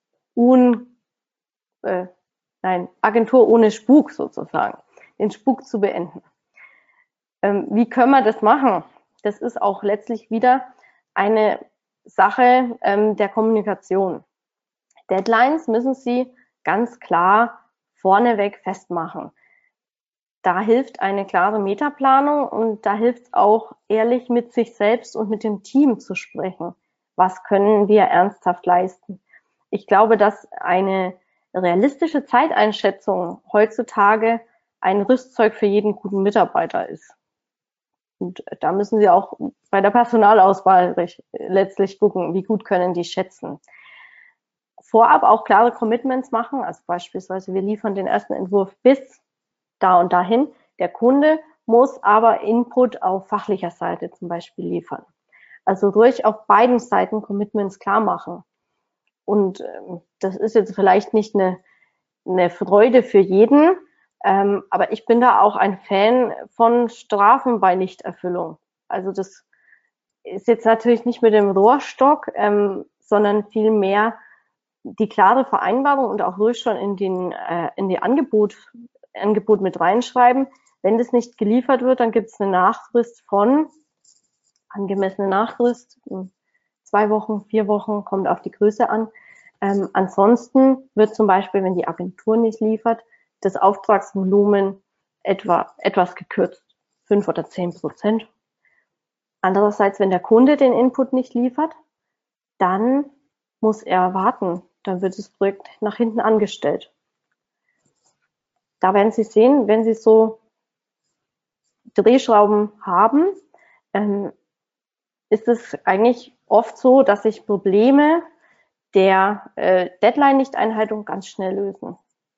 Agentur ohne Spuk sozusagen, den Spuk zu beenden. Wie können wir das machen? Das ist auch letztlich wieder eine Sache der Kommunikation. Deadlines müssen Sie ganz klar vorneweg festmachen. Da hilft eine klare Metaplanung und da hilft es auch, ehrlich mit sich selbst und mit dem Team zu sprechen. Was können wir ernsthaft leisten? Ich glaube, dass eine realistische Zeiteinschätzung heutzutage ein Rüstzeug für jeden guten Mitarbeiter ist. Und da müssen Sie auch bei der Personalauswahl letztlich gucken, wie gut können die schätzen. Vorab auch klare Commitments machen, also beispielsweise wir liefern den ersten Entwurf bis da und dahin. Der Kunde muss aber Input auf fachlicher Seite zum Beispiel liefern. Also ruhig auf beiden Seiten Commitments klar machen. Und das ist jetzt vielleicht nicht eine Freude für jeden, aber ich bin da auch ein Fan von Strafen bei Nichterfüllung. Also das ist jetzt natürlich nicht mit dem Rohrstock, sondern vielmehr die klare Vereinbarung und auch ruhig schon in die Angebot mit reinschreiben. Wenn das nicht geliefert wird, dann gibt es eine Nachfrist angemessene Nachfrist, 2 Wochen, 4 Wochen, kommt auf die Größe an. Ansonsten wird zum Beispiel, wenn die Agentur nicht liefert, das Auftragsvolumen etwas gekürzt, 5 oder 10%. Andererseits, wenn der Kunde den Input nicht liefert, dann muss er warten. Dann wird das Projekt nach hinten angestellt. Da werden Sie sehen, wenn Sie so Drehschrauben haben, ist es eigentlich oft so, dass sich Probleme der Deadline-Nichteinhaltung ganz schnell lösen.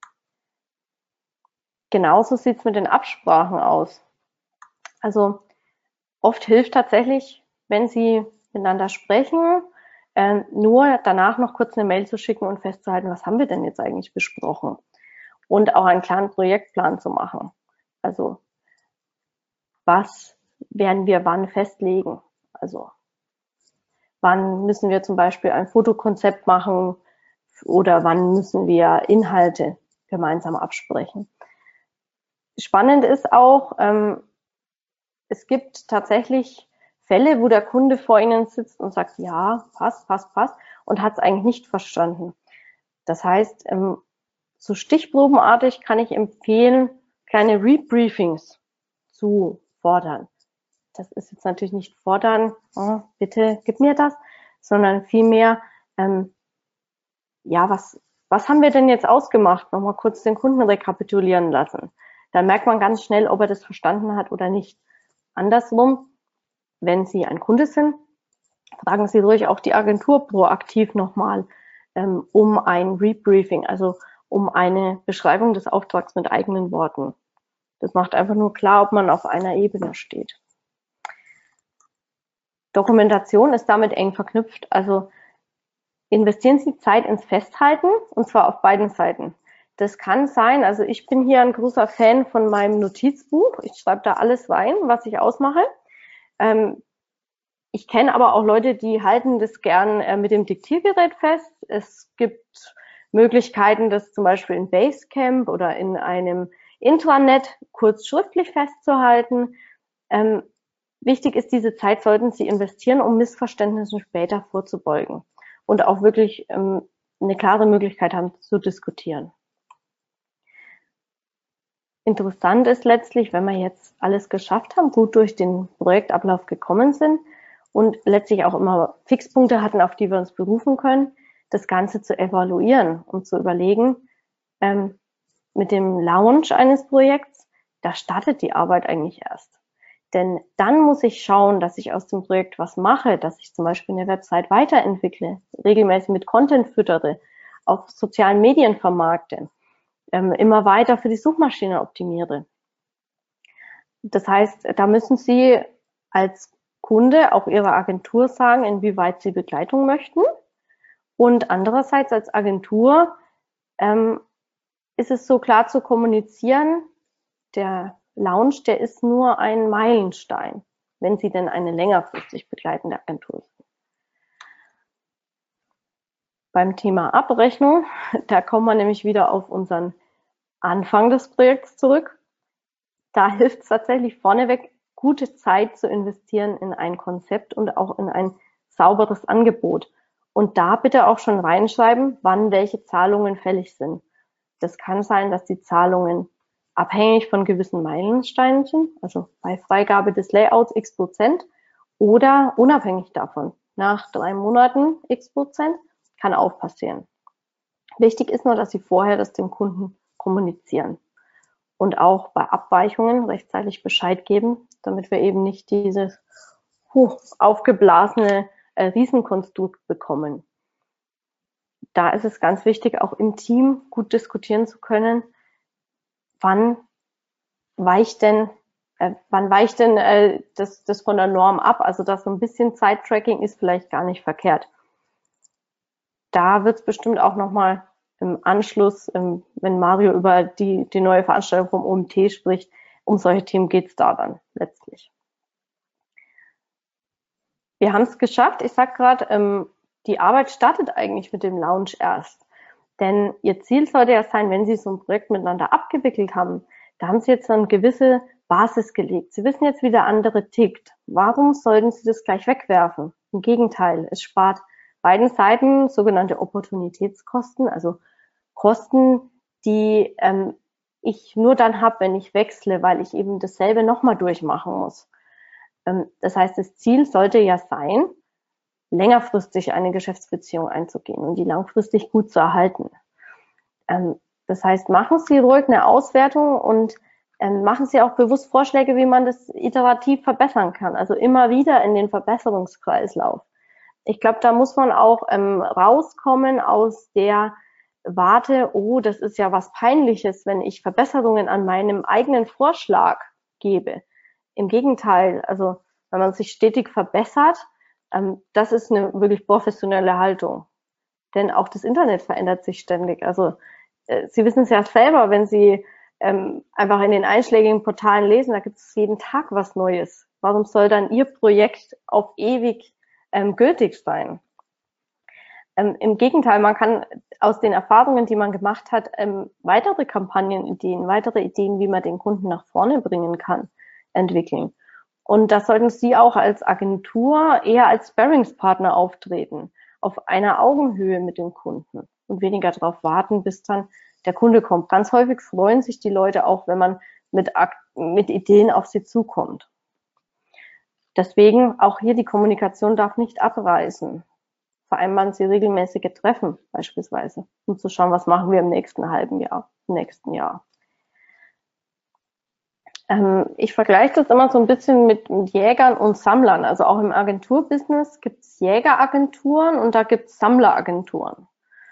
Genauso sieht es mit den Absprachen aus. Also oft hilft tatsächlich, wenn Sie miteinander sprechen, nur danach noch kurz eine Mail zu schicken und festzuhalten, was haben wir denn jetzt eigentlich besprochen? Und auch einen klaren Projektplan zu machen. Also was werden wir wann festlegen? Also wann müssen wir zum Beispiel ein Fotokonzept machen oder wann müssen wir Inhalte gemeinsam absprechen? Spannend ist auch, es gibt tatsächlich Fälle, wo der Kunde vor Ihnen sitzt und sagt, ja, passt, und hat es eigentlich nicht verstanden. Das heißt, so stichprobenartig kann ich empfehlen, kleine Rebriefings zu fordern. Das ist jetzt natürlich nicht fordern, oh, bitte gib mir das, sondern vielmehr, ja, was haben wir denn jetzt ausgemacht? Nochmal kurz den Kunden rekapitulieren lassen. Da merkt man ganz schnell, ob er das verstanden hat oder nicht. Andersrum, wenn Sie ein Kunde sind, fragen Sie ruhig auch die Agentur proaktiv nochmal um ein Rebriefing, also um eine Beschreibung des Auftrags mit eigenen Worten. Das macht einfach nur klar, ob man auf einer Ebene steht. Dokumentation ist damit eng verknüpft. Also investieren Sie Zeit ins Festhalten, und zwar auf beiden Seiten. Das kann sein, also ich bin hier ein großer Fan von meinem Notizbuch. Ich schreibe da alles rein, was ich ausmache. Ich kenne aber auch Leute, die halten das gern mit dem Diktiergerät fest. Es gibt Möglichkeiten, das zum Beispiel in Basecamp oder in einem Intranet kurz schriftlich festzuhalten. Wichtig ist, diese Zeit sollten Sie investieren, um Missverständnissen später vorzubeugen und auch wirklich eine klare Möglichkeit haben zu diskutieren. Interessant ist letztlich, wenn wir jetzt alles geschafft haben, gut durch den Projektablauf gekommen sind und letztlich auch immer Fixpunkte hatten, auf die wir uns berufen können, das Ganze zu evaluieren und zu überlegen, mit dem Launch eines Projekts, da startet die Arbeit eigentlich erst. Denn dann muss ich schauen, dass ich aus dem Projekt was mache, dass ich zum Beispiel eine Website weiterentwickle, regelmäßig mit Content füttere, auf sozialen Medien vermarkte, immer weiter für die Suchmaschine optimiere. Das heißt, da müssen Sie als Kunde auch Ihrer Agentur sagen, inwieweit Sie Begleitung möchten. Und andererseits als Agentur ist es so klar zu kommunizieren, der Launch, der ist nur ein Meilenstein, wenn Sie denn eine längerfristig begleitende Agentur sind. Beim Thema Abrechnung, da kommen wir nämlich wieder auf unseren Anfang des Projekts zurück. Da hilft es tatsächlich vorneweg, gute Zeit zu investieren in ein Konzept und auch in ein sauberes Angebot. Und da bitte auch schon reinschreiben, wann welche Zahlungen fällig sind. Das kann sein, dass die Zahlungen abhängig von gewissen Meilensteinen sind, also bei Freigabe des Layouts x%, oder unabhängig davon. Nach 3 Monaten x%, kann auch passieren. Wichtig ist nur, dass Sie vorher das dem Kunden kommunizieren und auch bei Abweichungen rechtzeitig Bescheid geben, damit wir eben nicht dieses aufgeblasene Riesenkonstrukt bekommen. Da ist es ganz wichtig, auch im Team gut diskutieren zu können, wann weicht denn das von der Norm ab? Also dass so ein bisschen Zeittracking ist vielleicht gar nicht verkehrt. Da wird es bestimmt auch nochmal im Anschluss, wenn Mario über die neue Veranstaltung vom OMT spricht, um solche Themen geht es da dann letztlich. Wir haben es geschafft. Ich sage gerade, die Arbeit startet eigentlich mit dem Launch erst. Denn Ihr Ziel sollte ja sein, wenn Sie so ein Projekt miteinander abgewickelt haben, da haben Sie jetzt eine gewisse Basis gelegt. Sie wissen jetzt, wie der andere tickt. Warum sollten Sie das gleich wegwerfen? Im Gegenteil, es spart beiden Seiten sogenannte Opportunitätskosten, also Kosten, die ich nur dann habe, wenn ich wechsle, weil ich eben dasselbe nochmal durchmachen muss. Das heißt, das Ziel sollte ja sein, längerfristig eine Geschäftsbeziehung einzugehen und die langfristig gut zu erhalten. Das heißt, machen Sie ruhig eine Auswertung und machen Sie auch bewusst Vorschläge, wie man das iterativ verbessern kann, also immer wieder in den Verbesserungskreislauf. Ich glaube, da muss man auch rauskommen aus der Warte, oh, das ist ja was Peinliches, wenn ich Verbesserungen an meinem eigenen Vorschlag gebe. Im Gegenteil, also wenn man sich stetig verbessert, das ist eine wirklich professionelle Haltung. Denn auch das Internet verändert sich ständig. Also Sie wissen es ja selber, wenn Sie einfach in den einschlägigen Portalen lesen, da gibt es jeden Tag was Neues. Warum soll dann Ihr Projekt auf ewig gültig sein? Im Gegenteil, man kann aus den Erfahrungen, die man gemacht hat, weitere Kampagnenideen, weitere Ideen, wie man den Kunden nach vorne bringen kann, entwickeln. Und da sollten Sie auch als Agentur eher als Sparringspartner auftreten, auf einer Augenhöhe mit dem Kunden und weniger darauf warten, bis dann der Kunde kommt. Ganz häufig freuen sich die Leute auch, wenn man mit Ideen auf sie zukommt. Deswegen auch hier die Kommunikation darf nicht abreißen. Vereinbaren Sie regelmäßige Treffen beispielsweise, um zu schauen, was machen wir im nächsten halben Jahr, im nächsten Jahr. Ich vergleiche das immer so ein bisschen mit Jägern und Sammlern. Also auch im Agenturbusiness gibt es Jägeragenturen und da gibt es Sammleragenturen.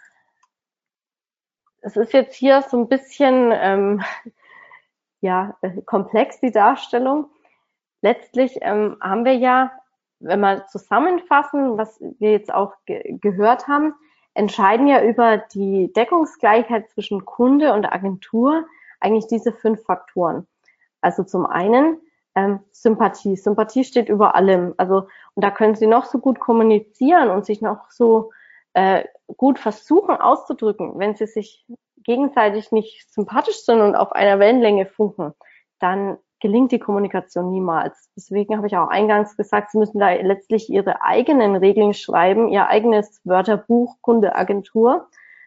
Es ist jetzt hier so ein bisschen komplex, die Darstellung. Letztlich haben wir ja, wenn wir zusammenfassen, was wir jetzt auch gehört haben, entscheiden ja über die Deckungsgleichheit zwischen Kunde und Agentur eigentlich diese 5 Faktoren. Also zum einen Sympathie. Sympathie steht über allem. Also und da können Sie noch so gut kommunizieren und sich noch so gut versuchen auszudrücken. Wenn Sie sich gegenseitig nicht sympathisch sind und auf einer Wellenlänge funken, dann gelingt die Kommunikation niemals. Deswegen habe ich auch eingangs gesagt, Sie müssen da letztlich Ihre eigenen Regeln schreiben, Ihr eigenes Wörterbuch Kunde-Agentur.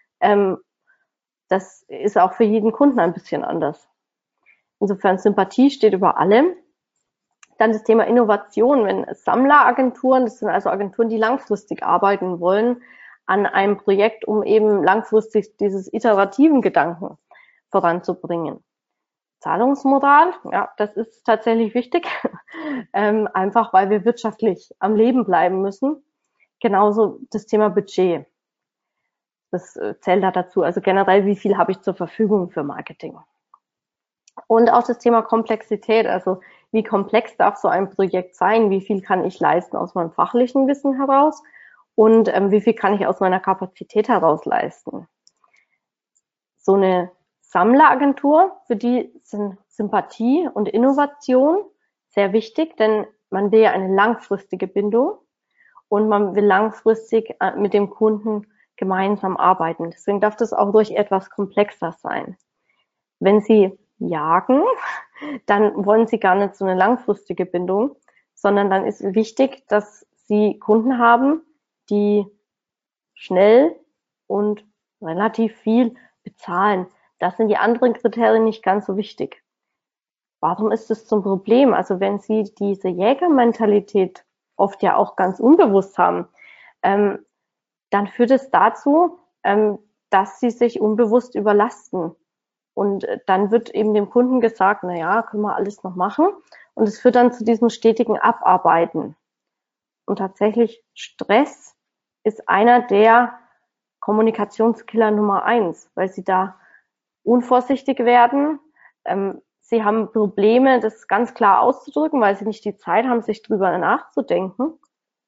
Das ist auch für jeden Kunden ein bisschen anders. Insofern Sympathie steht über allem. Dann das Thema Innovation. Wenn Sammleragenturen, das sind also Agenturen, die langfristig arbeiten wollen an einem Projekt, um eben langfristig dieses iterativen Gedanken voranzubringen. Zahlungsmoral, ja, das ist tatsächlich wichtig, einfach weil wir wirtschaftlich am Leben bleiben müssen. Genauso das Thema Budget. Das zählt da dazu. Also generell, wie viel habe ich zur Verfügung für Marketing? Und auch das Thema Komplexität, also wie komplex darf so ein Projekt sein, wie viel kann ich leisten aus meinem fachlichen Wissen heraus und wie viel kann ich aus meiner Kapazität heraus leisten. So eine Sammleragentur, für die sind Sympathie und Innovation sehr wichtig, denn man will ja eine langfristige Bindung und man will langfristig mit dem Kunden gemeinsam arbeiten. Deswegen darf das auch ruhig etwas komplexer sein. Wenn Sie jagen, dann wollen Sie gar nicht so eine langfristige Bindung, sondern dann ist wichtig, dass Sie Kunden haben, die schnell und relativ viel bezahlen. Das sind die anderen Kriterien nicht ganz so wichtig. Warum ist das zum Problem? Also wenn Sie diese Jägermentalität oft ja auch ganz unbewusst haben, dann führt es dazu, dass Sie sich unbewusst überlasten. Und dann wird eben dem Kunden gesagt, na ja, können wir alles noch machen. Und es führt dann zu diesem stetigen Abarbeiten. Und tatsächlich Stress ist einer der Kommunikationskiller Nummer 1, weil Sie da unvorsichtig werden. Sie haben Probleme, das ganz klar auszudrücken, weil Sie nicht die Zeit haben, sich drüber nachzudenken.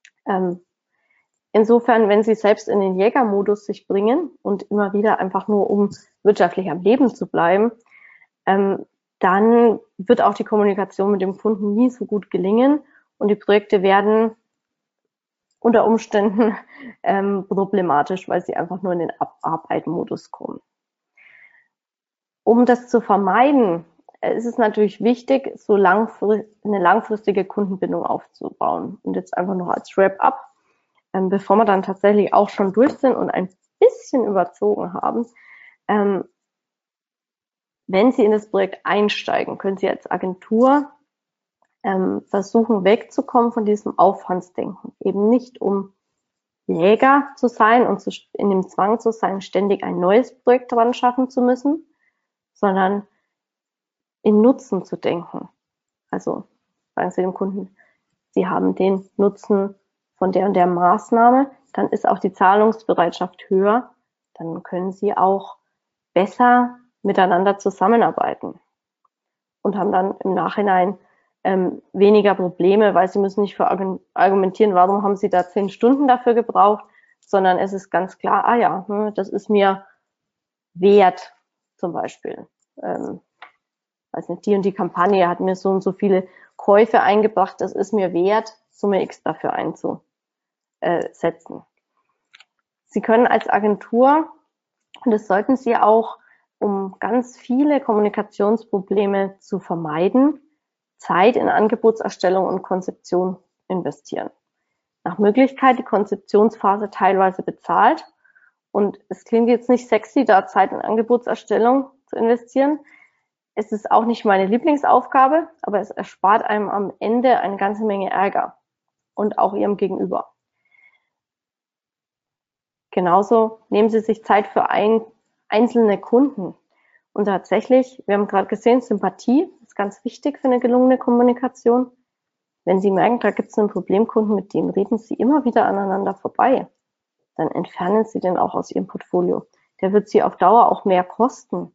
Insofern, wenn Sie selbst in den Jägermodus sich bringen und immer wieder einfach nur, um wirtschaftlich am Leben zu bleiben, dann wird auch die Kommunikation mit dem Kunden nie so gut gelingen und die Projekte werden unter Umständen problematisch, weil sie einfach nur in den Abarbeiten-Modus kommen. Um das zu vermeiden, ist es natürlich wichtig, so eine langfristige Kundenbindung aufzubauen. Und jetzt einfach noch als Wrap-up, bevor wir dann tatsächlich auch schon durch sind und ein bisschen überzogen haben, wenn Sie in das Projekt einsteigen, können Sie als Agentur versuchen, wegzukommen von diesem Aufwandsdenken. Eben nicht, um Jäger zu sein und in dem Zwang zu sein, ständig ein neues Projekt dran schaffen zu müssen, sondern in Nutzen zu denken. Also sagen Sie dem Kunden, Sie haben den Nutzen von der und der Maßnahme, dann ist auch die Zahlungsbereitschaft höher, dann können Sie auch besser miteinander zusammenarbeiten und haben dann im Nachhinein weniger Probleme, weil Sie müssen nicht für argumentieren, warum haben Sie da 10 Stunden dafür gebraucht, sondern es ist ganz klar, ah ja, das ist mir wert, zum Beispiel. Weiß nicht, die und die Kampagne hat mir so und so viele Käufe eingebracht, das ist mir wert, Summe X dafür einzusetzen. Sie können als Agentur, und das sollten Sie auch, um ganz viele Kommunikationsprobleme zu vermeiden, Zeit in Angebotserstellung und Konzeption investieren. Nach Möglichkeit die Konzeptionsphase teilweise bezahlt. Und es klingt jetzt nicht sexy, da Zeit in Angebotserstellung zu investieren. Es ist auch nicht meine Lieblingsaufgabe, aber es erspart einem am Ende eine ganze Menge Ärger und auch Ihrem Gegenüber. Genauso nehmen Sie sich Zeit für einzelne Kunden. Und tatsächlich, wir haben gerade gesehen, Sympathie ist ganz wichtig für eine gelungene Kommunikation. Wenn Sie merken, da gibt es einen Problemkunden, mit dem reden Sie immer wieder aneinander vorbei, dann entfernen Sie den auch aus Ihrem Portfolio. Der wird Sie auf Dauer auch mehr kosten.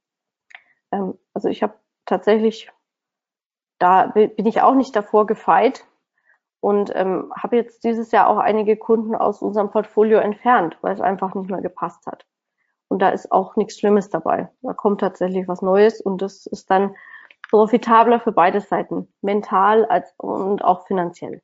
Also ich habe tatsächlich, da bin ich auch nicht davor gefeit und habe jetzt dieses Jahr auch einige Kunden aus unserem Portfolio entfernt, weil es einfach nicht mehr gepasst hat. Und da ist auch nichts Schlimmes dabei. Da kommt tatsächlich was Neues und das ist dann profitabler für beide Seiten, mental und auch finanziell.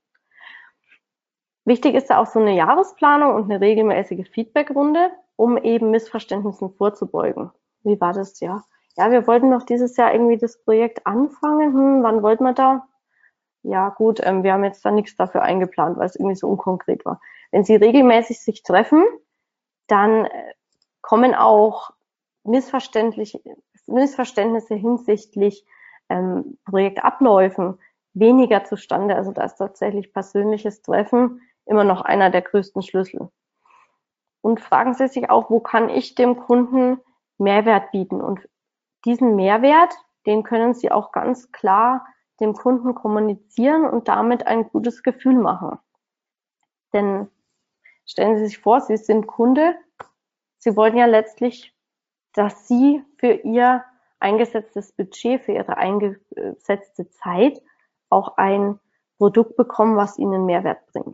Wichtig ist da auch so eine Jahresplanung und eine regelmäßige Feedbackrunde, um eben Missverständnissen vorzubeugen. Wie war das Jahr? Ja, wir wollten noch dieses Jahr irgendwie das Projekt anfangen. Wann wollten wir da? Ja gut, wir haben jetzt da nichts dafür eingeplant, weil es irgendwie so unkonkret war. Wenn Sie regelmäßig sich treffen, dann kommen auch Missverständnisse hinsichtlich Projektabläufen weniger zustande. Also da ist tatsächlich persönliches Treffen immer noch einer der größten Schlüssel. Und fragen Sie sich auch, wo kann ich dem Kunden Mehrwert bieten? Und diesen Mehrwert, den können Sie auch ganz klar dem Kunden kommunizieren und damit ein gutes Gefühl machen. Denn stellen Sie sich vor, Sie sind Kunde, Sie wollen ja letztlich, dass Sie für Ihr eingesetztes Budget, für Ihre eingesetzte Zeit auch ein Produkt bekommen, was Ihnen Mehrwert bringt.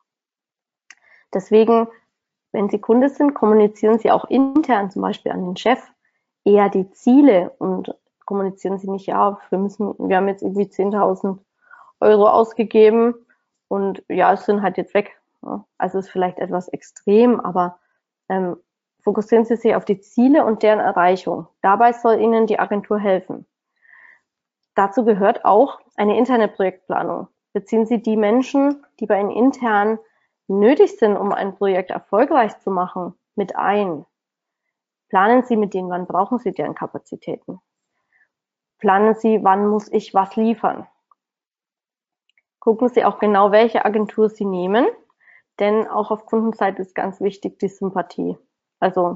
Deswegen, wenn Sie Kunde sind, kommunizieren Sie auch intern, zum Beispiel an den Chef, eher die Ziele und kommunizieren Sie nicht, ja, wir haben jetzt irgendwie 10.000 Euro ausgegeben und ja, es sind halt jetzt weg. Also ist vielleicht etwas extrem, aber fokussieren Sie sich auf die Ziele und deren Erreichung. Dabei soll Ihnen die Agentur helfen. Dazu gehört auch eine interne Projektplanung. Beziehen Sie die Menschen, die bei Ihnen intern nötig sind, um ein Projekt erfolgreich zu machen, mit ein. Planen Sie mit denen, wann brauchen Sie deren Kapazitäten. Planen Sie, wann muss ich was liefern. Gucken Sie auch genau, welche Agentur Sie nehmen, denn auch auf Kundenseite ist ganz wichtig die Sympathie. Also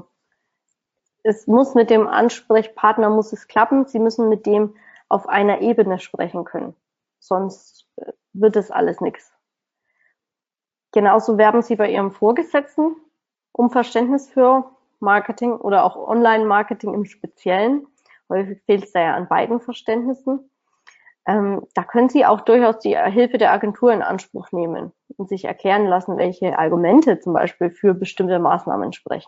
es muss mit dem Ansprechpartner muss es klappen. Sie müssen mit dem auf einer Ebene sprechen können. Sonst wird es alles nichts. Genauso werben Sie bei Ihrem Vorgesetzten um Verständnis für Marketing oder auch Online-Marketing im Speziellen. Häufig fehlt es da ja an beiden Verständnissen. Da können Sie auch durchaus die Hilfe der Agentur in Anspruch nehmen und sich erklären lassen, welche Argumente zum Beispiel für bestimmte Maßnahmen sprechen.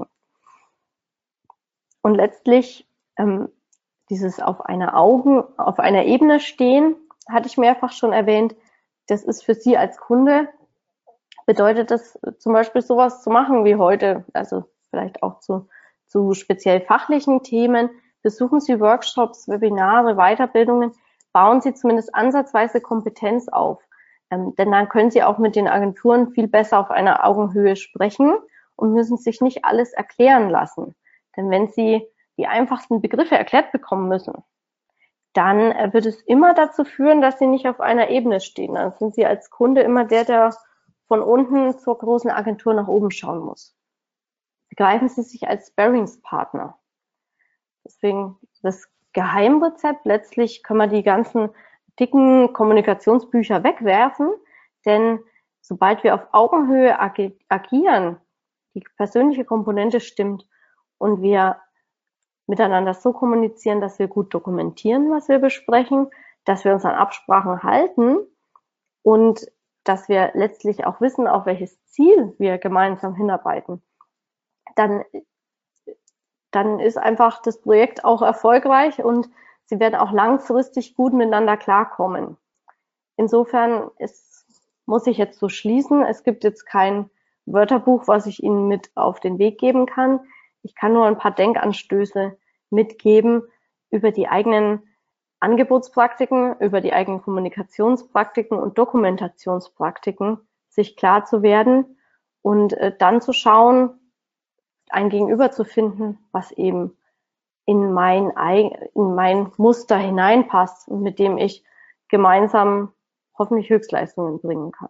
Und letztlich dieses auf einer Ebene stehen, hatte ich mehrfach schon erwähnt, das ist für Sie als Kunde bedeutet das zum Beispiel sowas zu machen wie heute, also vielleicht auch zu speziell fachlichen Themen. Besuchen Sie Workshops, Webinare, Weiterbildungen, bauen Sie zumindest ansatzweise Kompetenz auf. Denn dann können Sie auch mit den Agenturen viel besser auf einer Augenhöhe sprechen und müssen sich nicht alles erklären lassen. Denn wenn Sie die einfachsten Begriffe erklärt bekommen müssen, dann wird es immer dazu führen, dass Sie nicht auf einer Ebene stehen. Dann sind Sie als Kunde immer der von unten zur großen Agentur nach oben schauen muss. Begreifen Sie sich als Sparringspartner. Deswegen das Geheimrezept, letztlich können wir die ganzen dicken Kommunikationsbücher wegwerfen, denn sobald wir auf Augenhöhe agieren, die persönliche Komponente stimmt und wir miteinander so kommunizieren, dass wir gut dokumentieren, was wir besprechen, dass wir uns an Absprachen halten und dass wir letztlich auch wissen, auf welches Ziel wir gemeinsam hinarbeiten, dann ist einfach das Projekt auch erfolgreich und Sie werden auch langfristig gut miteinander klarkommen. Insofern muss ich jetzt so schließen, es gibt jetzt kein Wörterbuch, was ich Ihnen mit auf den Weg geben kann. Ich kann nur ein paar Denkanstöße mitgeben über die eigenen Angebotspraktiken, über die eigenen Kommunikationspraktiken und Dokumentationspraktiken, sich klar zu werden und dann zu schauen, ein Gegenüber zu finden, was eben in mein Muster hineinpasst und mit dem ich gemeinsam hoffentlich Höchstleistungen bringen kann.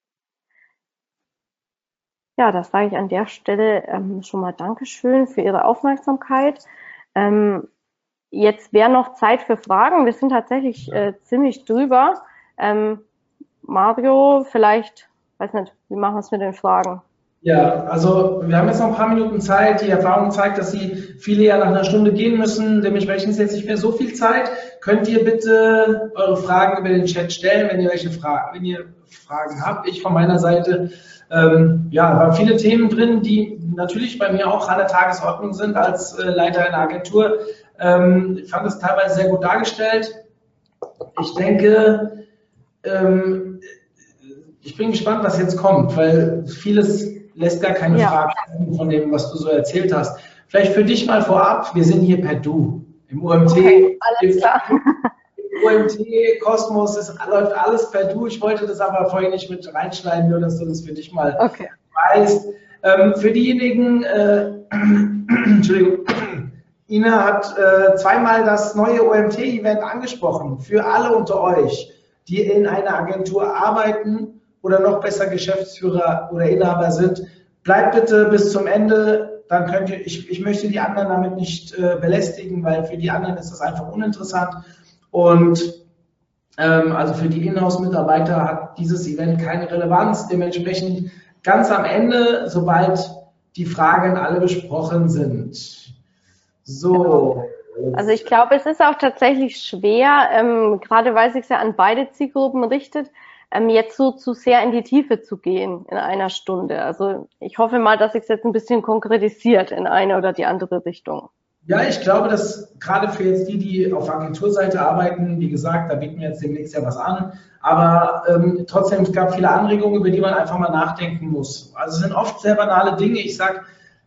Ja, das sage ich an der Stelle schon mal Dankeschön für Ihre Aufmerksamkeit. Jetzt wäre noch Zeit für Fragen. Wir sind tatsächlich ziemlich drüber. Mario, vielleicht, weiß nicht, wie machen wir es mit den Fragen? Ja, also wir haben jetzt noch ein paar Minuten Zeit. Die Erfahrung zeigt, dass viele ja nach einer Stunde gehen müssen. Dementsprechend ist jetzt nicht mehr so viel Zeit. Könnt ihr bitte eure Fragen über den Chat stellen, wenn ihr Fragen habt. Ich von meiner Seite, waren viele Themen drin, die natürlich bei mir auch an der Tagesordnung sind als Leiter einer Agentur. Ich fand es teilweise sehr gut dargestellt. Ich denke, ich bin gespannt, was jetzt kommt, weil vieles lässt gar keine Fragen von dem, was du so erzählt hast. Vielleicht für dich mal vorab, wir sind hier per Du. Im UMT, okay, alles klar. Im UMT-Kosmos läuft alles per Du. Ich wollte das aber vorhin nicht mit reinschneiden, nur dass du das für dich mal weißt. Für diejenigen, Entschuldigung, Ina hat zweimal das neue OMT-Event angesprochen. Für alle unter euch, die in einer Agentur arbeiten oder noch besser Geschäftsführer oder Inhaber sind, bleibt bitte bis zum Ende. Dann könnt ihr, ich möchte die anderen damit nicht belästigen, weil für die anderen ist das einfach uninteressant. Und also für die Inhouse-Mitarbeiter hat dieses Event keine Relevanz. Dementsprechend ganz am Ende, sobald die Fragen alle besprochen sind. So. Also ich glaube, es ist auch tatsächlich schwer, gerade weil es sich ja an beide Zielgruppen richtet, jetzt so zu sehr in die Tiefe zu gehen in einer Stunde. Also ich hoffe mal, dass sich es jetzt ein bisschen konkretisiert in eine oder die andere Richtung. Ja, ich glaube, dass gerade für jetzt die auf Agenturseite arbeiten, wie gesagt, da bieten wir jetzt demnächst ja was an, aber trotzdem, es gab viele Anregungen, über die man einfach mal nachdenken muss. Also es sind oft sehr banale Dinge. Ich sage,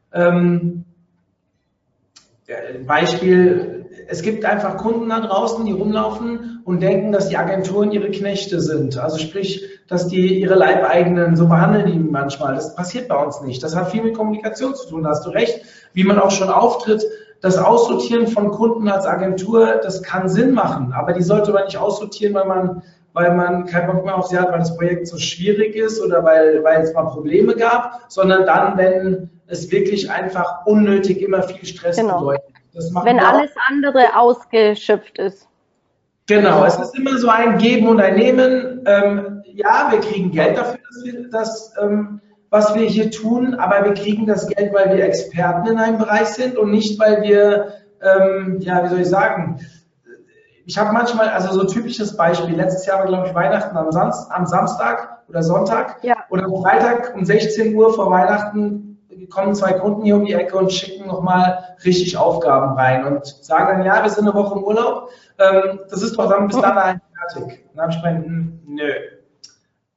Beispiel, es gibt einfach Kunden da draußen, die rumlaufen und denken, dass die Agenturen ihre Knechte sind. Also sprich, dass die ihre Leibeigenen, so behandeln die manchmal. Das passiert bei uns nicht. Das hat viel mit Kommunikation zu tun, da hast du recht. Wie man auch schon auftritt, das Aussortieren von Kunden als Agentur, das kann Sinn machen, aber die sollte man nicht aussortieren, weil man keinen Bock mehr auf sie hat, weil das Projekt so schwierig ist oder weil es mal Probleme gab, sondern dann, wenn es wirklich einfach unnötig immer viel Stress bedeutet. Wenn alles andere ausgeschöpft ist. Genau, es ist immer so ein Geben und ein Nehmen. Ja, wir kriegen Geld dafür, was wir hier tun, aber wir kriegen das Geld, weil wir Experten in einem Bereich sind und nicht, weil wir, wie soll ich sagen, ich habe manchmal, also so ein typisches Beispiel, letztes Jahr war, glaube ich, Weihnachten am Samstag oder Sonntag oder am Freitag um 16 Uhr vor Weihnachten kommen 2 Kunden hier um die Ecke und schicken nochmal richtig Aufgaben rein und sagen dann, ja, wir sind eine Woche im Urlaub, das ist doch dann bis dann fertig. Dann habe ich gemeint, nö.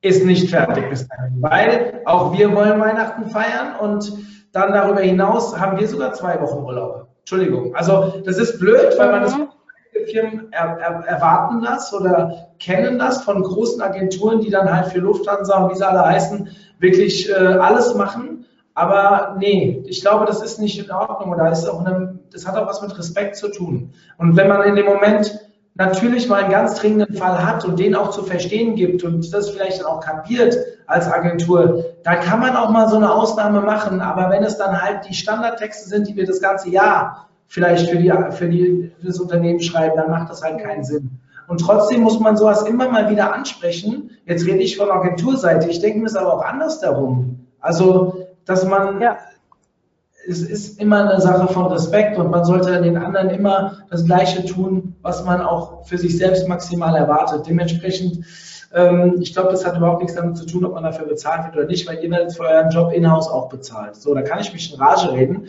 ist nicht fertig bis dahin, weil auch wir wollen Weihnachten feiern und dann darüber hinaus haben wir sogar 2 Wochen Urlaub. Entschuldigung. Also das ist blöd, weil man das Firmen erwarten das oder kennen das von großen Agenturen, die dann halt für Lufthansa und wie sie alle heißen, wirklich alles machen. Aber nee, ich glaube, das ist nicht in Ordnung. Das hat auch was mit Respekt zu tun. Und wenn man in dem Moment natürlich mal einen ganz dringenden Fall hat und den auch zu verstehen gibt und das vielleicht dann auch kapiert als Agentur, da kann man auch mal so eine Ausnahme machen. Aber wenn es dann halt die Standardtexte sind, die wir das ganze Jahr vielleicht für das Unternehmen schreiben, dann macht das halt keinen Sinn. Und trotzdem muss man sowas immer mal wieder ansprechen. Jetzt rede ich von Agenturseite. Ich denke mir es aber auch anders darum. Also, dass man... Ja. Es ist immer eine Sache von Respekt und man sollte den anderen immer das Gleiche tun, was man auch für sich selbst maximal erwartet. Dementsprechend, ich glaube, das hat überhaupt nichts damit zu tun, ob man dafür bezahlt wird oder nicht, weil ihr werdet für euren Job in-house auch bezahlt. So, da kann ich mich in Rage reden.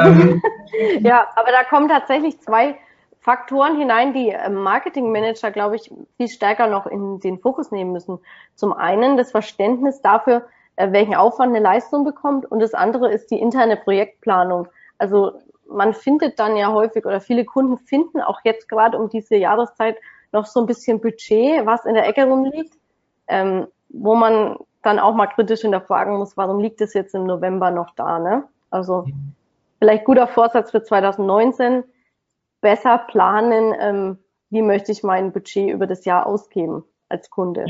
Ja, aber da kommen tatsächlich 2 Faktoren hinein, die Marketingmanager, glaube ich, viel stärker noch in den Fokus nehmen müssen. Zum einen das Verständnis dafür, welchen Aufwand eine Leistung bekommt und das andere ist die interne Projektplanung. Also man findet dann ja häufig oder viele Kunden finden auch jetzt gerade um diese Jahreszeit noch so ein bisschen Budget, was in der Ecke rumliegt, wo man dann auch mal kritisch hinterfragen muss, warum liegt es jetzt im November noch da, ne? Also vielleicht guter Vorsatz für 2019, besser planen, wie möchte ich mein Budget über das Jahr ausgeben als Kunde.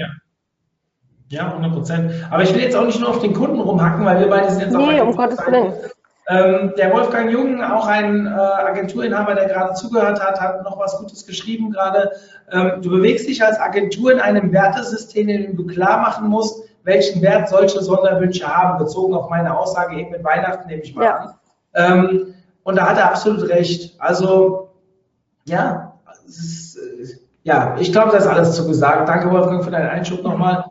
Ja, 100%. Aber ich will jetzt auch nicht nur auf den Kunden rumhacken, weil wir beide sind jetzt auch um Gottes Willen. Der Wolfgang Jung, auch ein Agenturinhaber, der gerade zugehört hat, hat noch was Gutes geschrieben gerade. Du bewegst dich als Agentur in einem Wertesystem, in dem du klar machen musst, welchen Wert solche Sonderwünsche haben, bezogen auf meine Aussage eben mit Weihnachten, nehme ich mal an. Und da hat er absolut recht. Also, ja, ich glaube, das ist alles zu gesagt. Danke, Wolfgang, für deinen Einschub nochmal.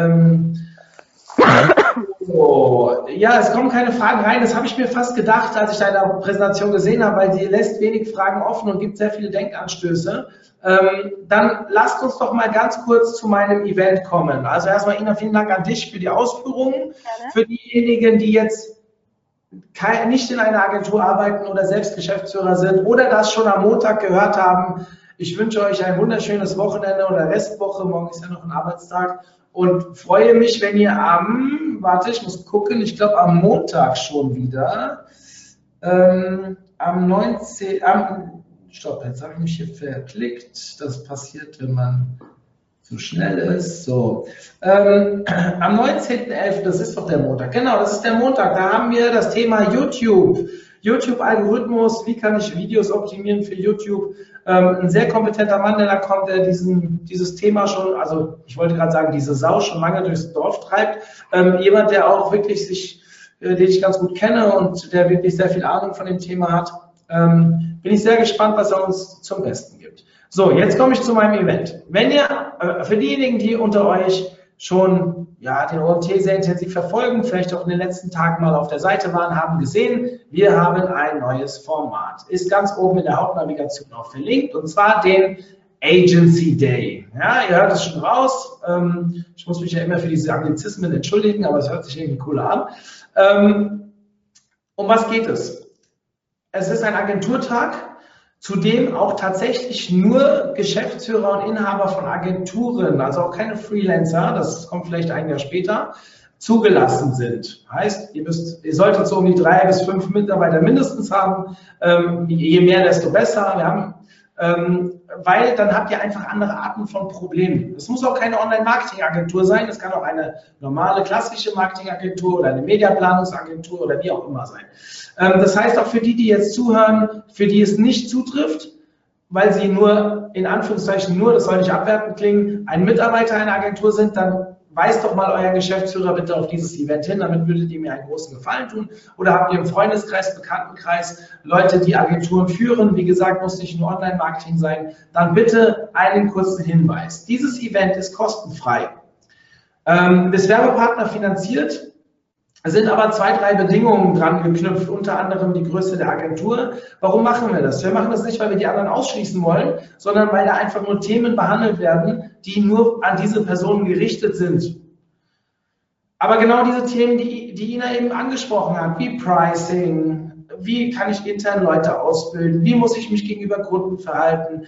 Ja, es kommen keine Fragen rein. Das habe ich mir fast gedacht, als ich deine Präsentation gesehen habe, weil sie lässt wenig Fragen offen und gibt sehr viele Denkanstöße. Dann lasst uns doch mal ganz kurz zu meinem Event kommen. Also erstmal, Ina, vielen Dank an dich für die Ausführungen. Gerne. Für diejenigen, die jetzt nicht in einer Agentur arbeiten oder selbst Geschäftsführer sind oder das schon am Montag gehört haben, ich wünsche euch ein wunderschönes Wochenende oder Restwoche. Morgen ist ja noch ein Arbeitstag. Und freue mich, wenn ihr ich muss gucken, ich glaube am Montag schon wieder, am 19. Stopp, jetzt habe ich mich hier verklickt. Das passiert, wenn man zu schnell ist. So, am 19.11., das ist doch der Montag. Genau, das ist der Montag. Da haben wir das Thema YouTube. YouTube-Algorithmus, wie kann ich Videos optimieren für YouTube? Ein sehr kompetenter Mann, der da kommt, der dieses Thema schon, also ich wollte gerade sagen, diese Sau schon lange durchs Dorf treibt. Jemand, der auch wirklich den ich ganz gut kenne und der wirklich sehr viel Ahnung von dem Thema hat. Bin ich sehr gespannt, was er uns zum Besten gibt. So, jetzt komme ich zu meinem Event. Wenn ihr, für diejenigen, die unter euch schon den OMT sehr intensiv verfolgen, vielleicht auch in den letzten Tagen mal auf der Seite waren, haben gesehen, wir haben ein neues Format. Ist ganz oben in der Hauptnavigation auch verlinkt, und zwar den Agency Day. Ja, ihr hört es schon raus. Ich muss mich ja immer für diese Anglizismen entschuldigen, aber es hört sich irgendwie cooler an. Um was geht es? Es ist ein Agenturtag, zu dem auch tatsächlich nur Geschäftsführer und Inhaber von Agenturen, also auch keine Freelancer, das kommt vielleicht ein Jahr später, zugelassen sind. Heißt, ihr solltet so um die 3 bis 5 Mitarbeiter mindestens haben. Je mehr, desto besser. Weil dann habt ihr einfach andere Arten von Problemen. Es muss auch keine Online-Marketing-Agentur sein, es kann auch eine normale, klassische Marketing-Agentur oder eine Mediaplanungsagentur oder wie auch immer sein. Das heißt auch für die jetzt zuhören, für die es nicht zutrifft, weil sie nur, in Anführungszeichen nur, das soll nicht abwertend klingen, ein Mitarbeiter einer Agentur sind, dann weist doch mal euren Geschäftsführer bitte auf dieses Event hin, damit würdet ihr mir einen großen Gefallen tun. Oder habt ihr im Freundeskreis, Bekanntenkreis Leute, die Agenturen führen, wie gesagt, muss nicht nur Online-Marketing sein, dann bitte einen kurzen Hinweis. Dieses Event ist kostenfrei. Ist Werbepartner finanziert, es sind aber 2, 3 Bedingungen dran geknüpft, unter anderem die Größe der Agentur. Warum machen wir das? Wir machen das nicht, weil wir die anderen ausschließen wollen, sondern weil da einfach nur Themen behandelt werden, die nur an diese Personen gerichtet sind. Aber genau diese Themen, die Ina eben angesprochen hat, wie Pricing, wie kann ich intern Leute ausbilden, wie muss ich mich gegenüber Kunden verhalten,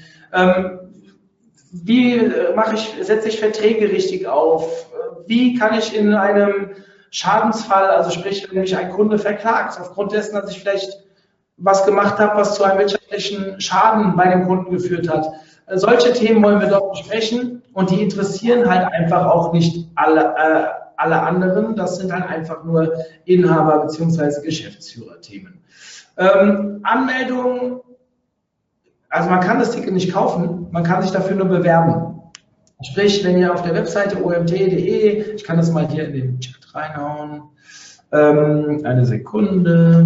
wie setze ich Verträge richtig auf, wie kann ich in einem Schadensfall, also sprich, wenn mich ein Kunde verklagt, aufgrund dessen, dass ich vielleicht was gemacht habe, was zu einem wirtschaftlichen Schaden bei dem Kunden geführt hat. Solche Themen wollen wir dort besprechen und die interessieren halt einfach auch nicht alle anderen. Das sind halt einfach nur Inhaber- bzw. Geschäftsführer-Themen. Anmeldung, also man kann das Ticket nicht kaufen, man kann sich dafür nur bewerben. Sprich, wenn ihr auf der Webseite omt.de, ich kann das mal hier in den Chat reinhauen, eine Sekunde,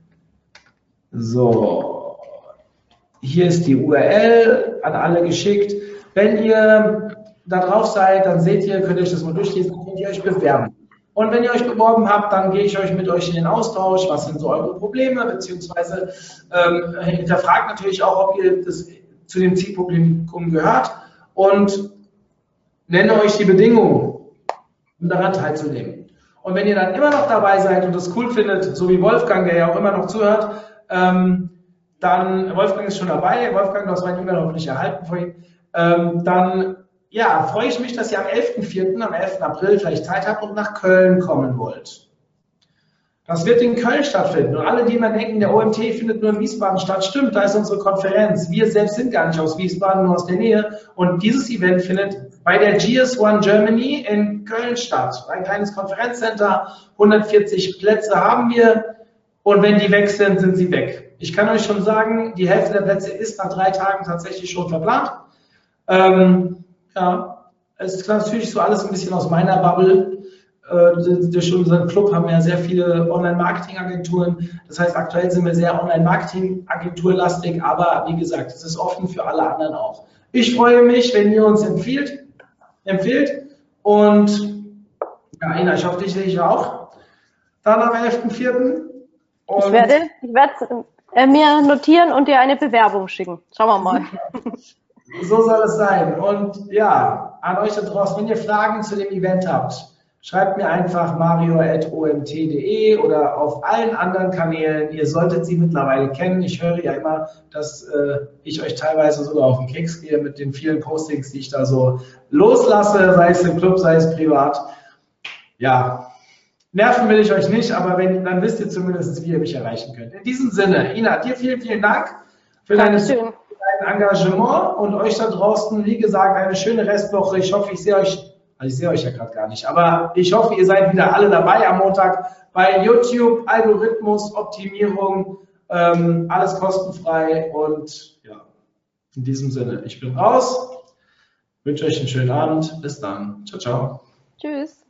so, hier ist die URL an alle geschickt. Wenn ihr da drauf seid, dann seht ihr, könnt ihr euch das mal durchlesen, könnt ihr euch bewerben. Und wenn ihr euch beworben habt, dann gehe ich euch mit euch in den Austausch, was sind so eure Probleme, beziehungsweise hinterfragt natürlich auch, ob ihr das zu dem Zielpublikum gehört und nenne euch die Bedingungen, um daran teilzunehmen. Und wenn ihr dann immer noch dabei seid und das cool findet, so wie Wolfgang, der ja auch immer noch zuhört, dann, Wolfgang ist schon dabei, Wolfgang, du hast mein E-Mail hoffentlich erhalten vorhin, dann ja, freue ich mich, dass ihr am 11.04., am 11. April vielleicht Zeit habt und nach Köln kommen wollt. Das wird in Köln stattfinden. Und alle, die immer denken, der OMT findet nur in Wiesbaden statt, stimmt, da ist unsere Konferenz. Wir selbst sind gar nicht aus Wiesbaden, nur aus der Nähe. Und dieses Event findet bei der GS1 Germany in Köln statt. Ein kleines Konferenzcenter, 140 Plätze haben wir. Und wenn die weg sind, sind sie weg. Ich kann euch schon sagen, die Hälfte der Plätze ist nach 3 Tagen tatsächlich schon verplant. Ja, es ist natürlich so alles ein bisschen aus meiner Bubble. Durch unseren Club haben wir ja sehr viele Online-Marketing-Agenturen. Das heißt, aktuell sind wir sehr Online-Marketing-Agenturlastig, aber wie gesagt, es ist offen für alle anderen auch. Ich freue mich, wenn ihr uns empfiehlt. Und ja, Ina, ich hoffe, dich sehe ich auch. Dann am 11.04. Ich werde mir notieren und dir eine Bewerbung schicken. Schauen wir mal. So soll es sein. Und ja, an euch da draußen, wenn ihr Fragen zu dem Event habt, schreibt mir einfach mario@omt.de oder auf allen anderen Kanälen. Ihr solltet sie mittlerweile kennen. Ich höre ja immer, dass ich euch teilweise sogar auf den Keks gehe mit den vielen Postings, die ich da so loslasse, sei es im Club, sei es privat. Ja, nerven will ich euch nicht, aber dann wisst ihr zumindest, wie ihr mich erreichen könnt. In diesem Sinne, Ina, dir vielen, vielen Dank für dein Engagement und euch da draußen, wie gesagt, eine schöne Restwoche. Ich hoffe, ich sehe euch ja gerade gar nicht, aber ich hoffe, ihr seid wieder alle dabei am Montag bei YouTube, Algorithmus, Optimierung, alles kostenfrei und ja, in diesem Sinne, ich bin raus, wünsche euch einen schönen Abend, bis dann, ciao, ciao. Tschüss.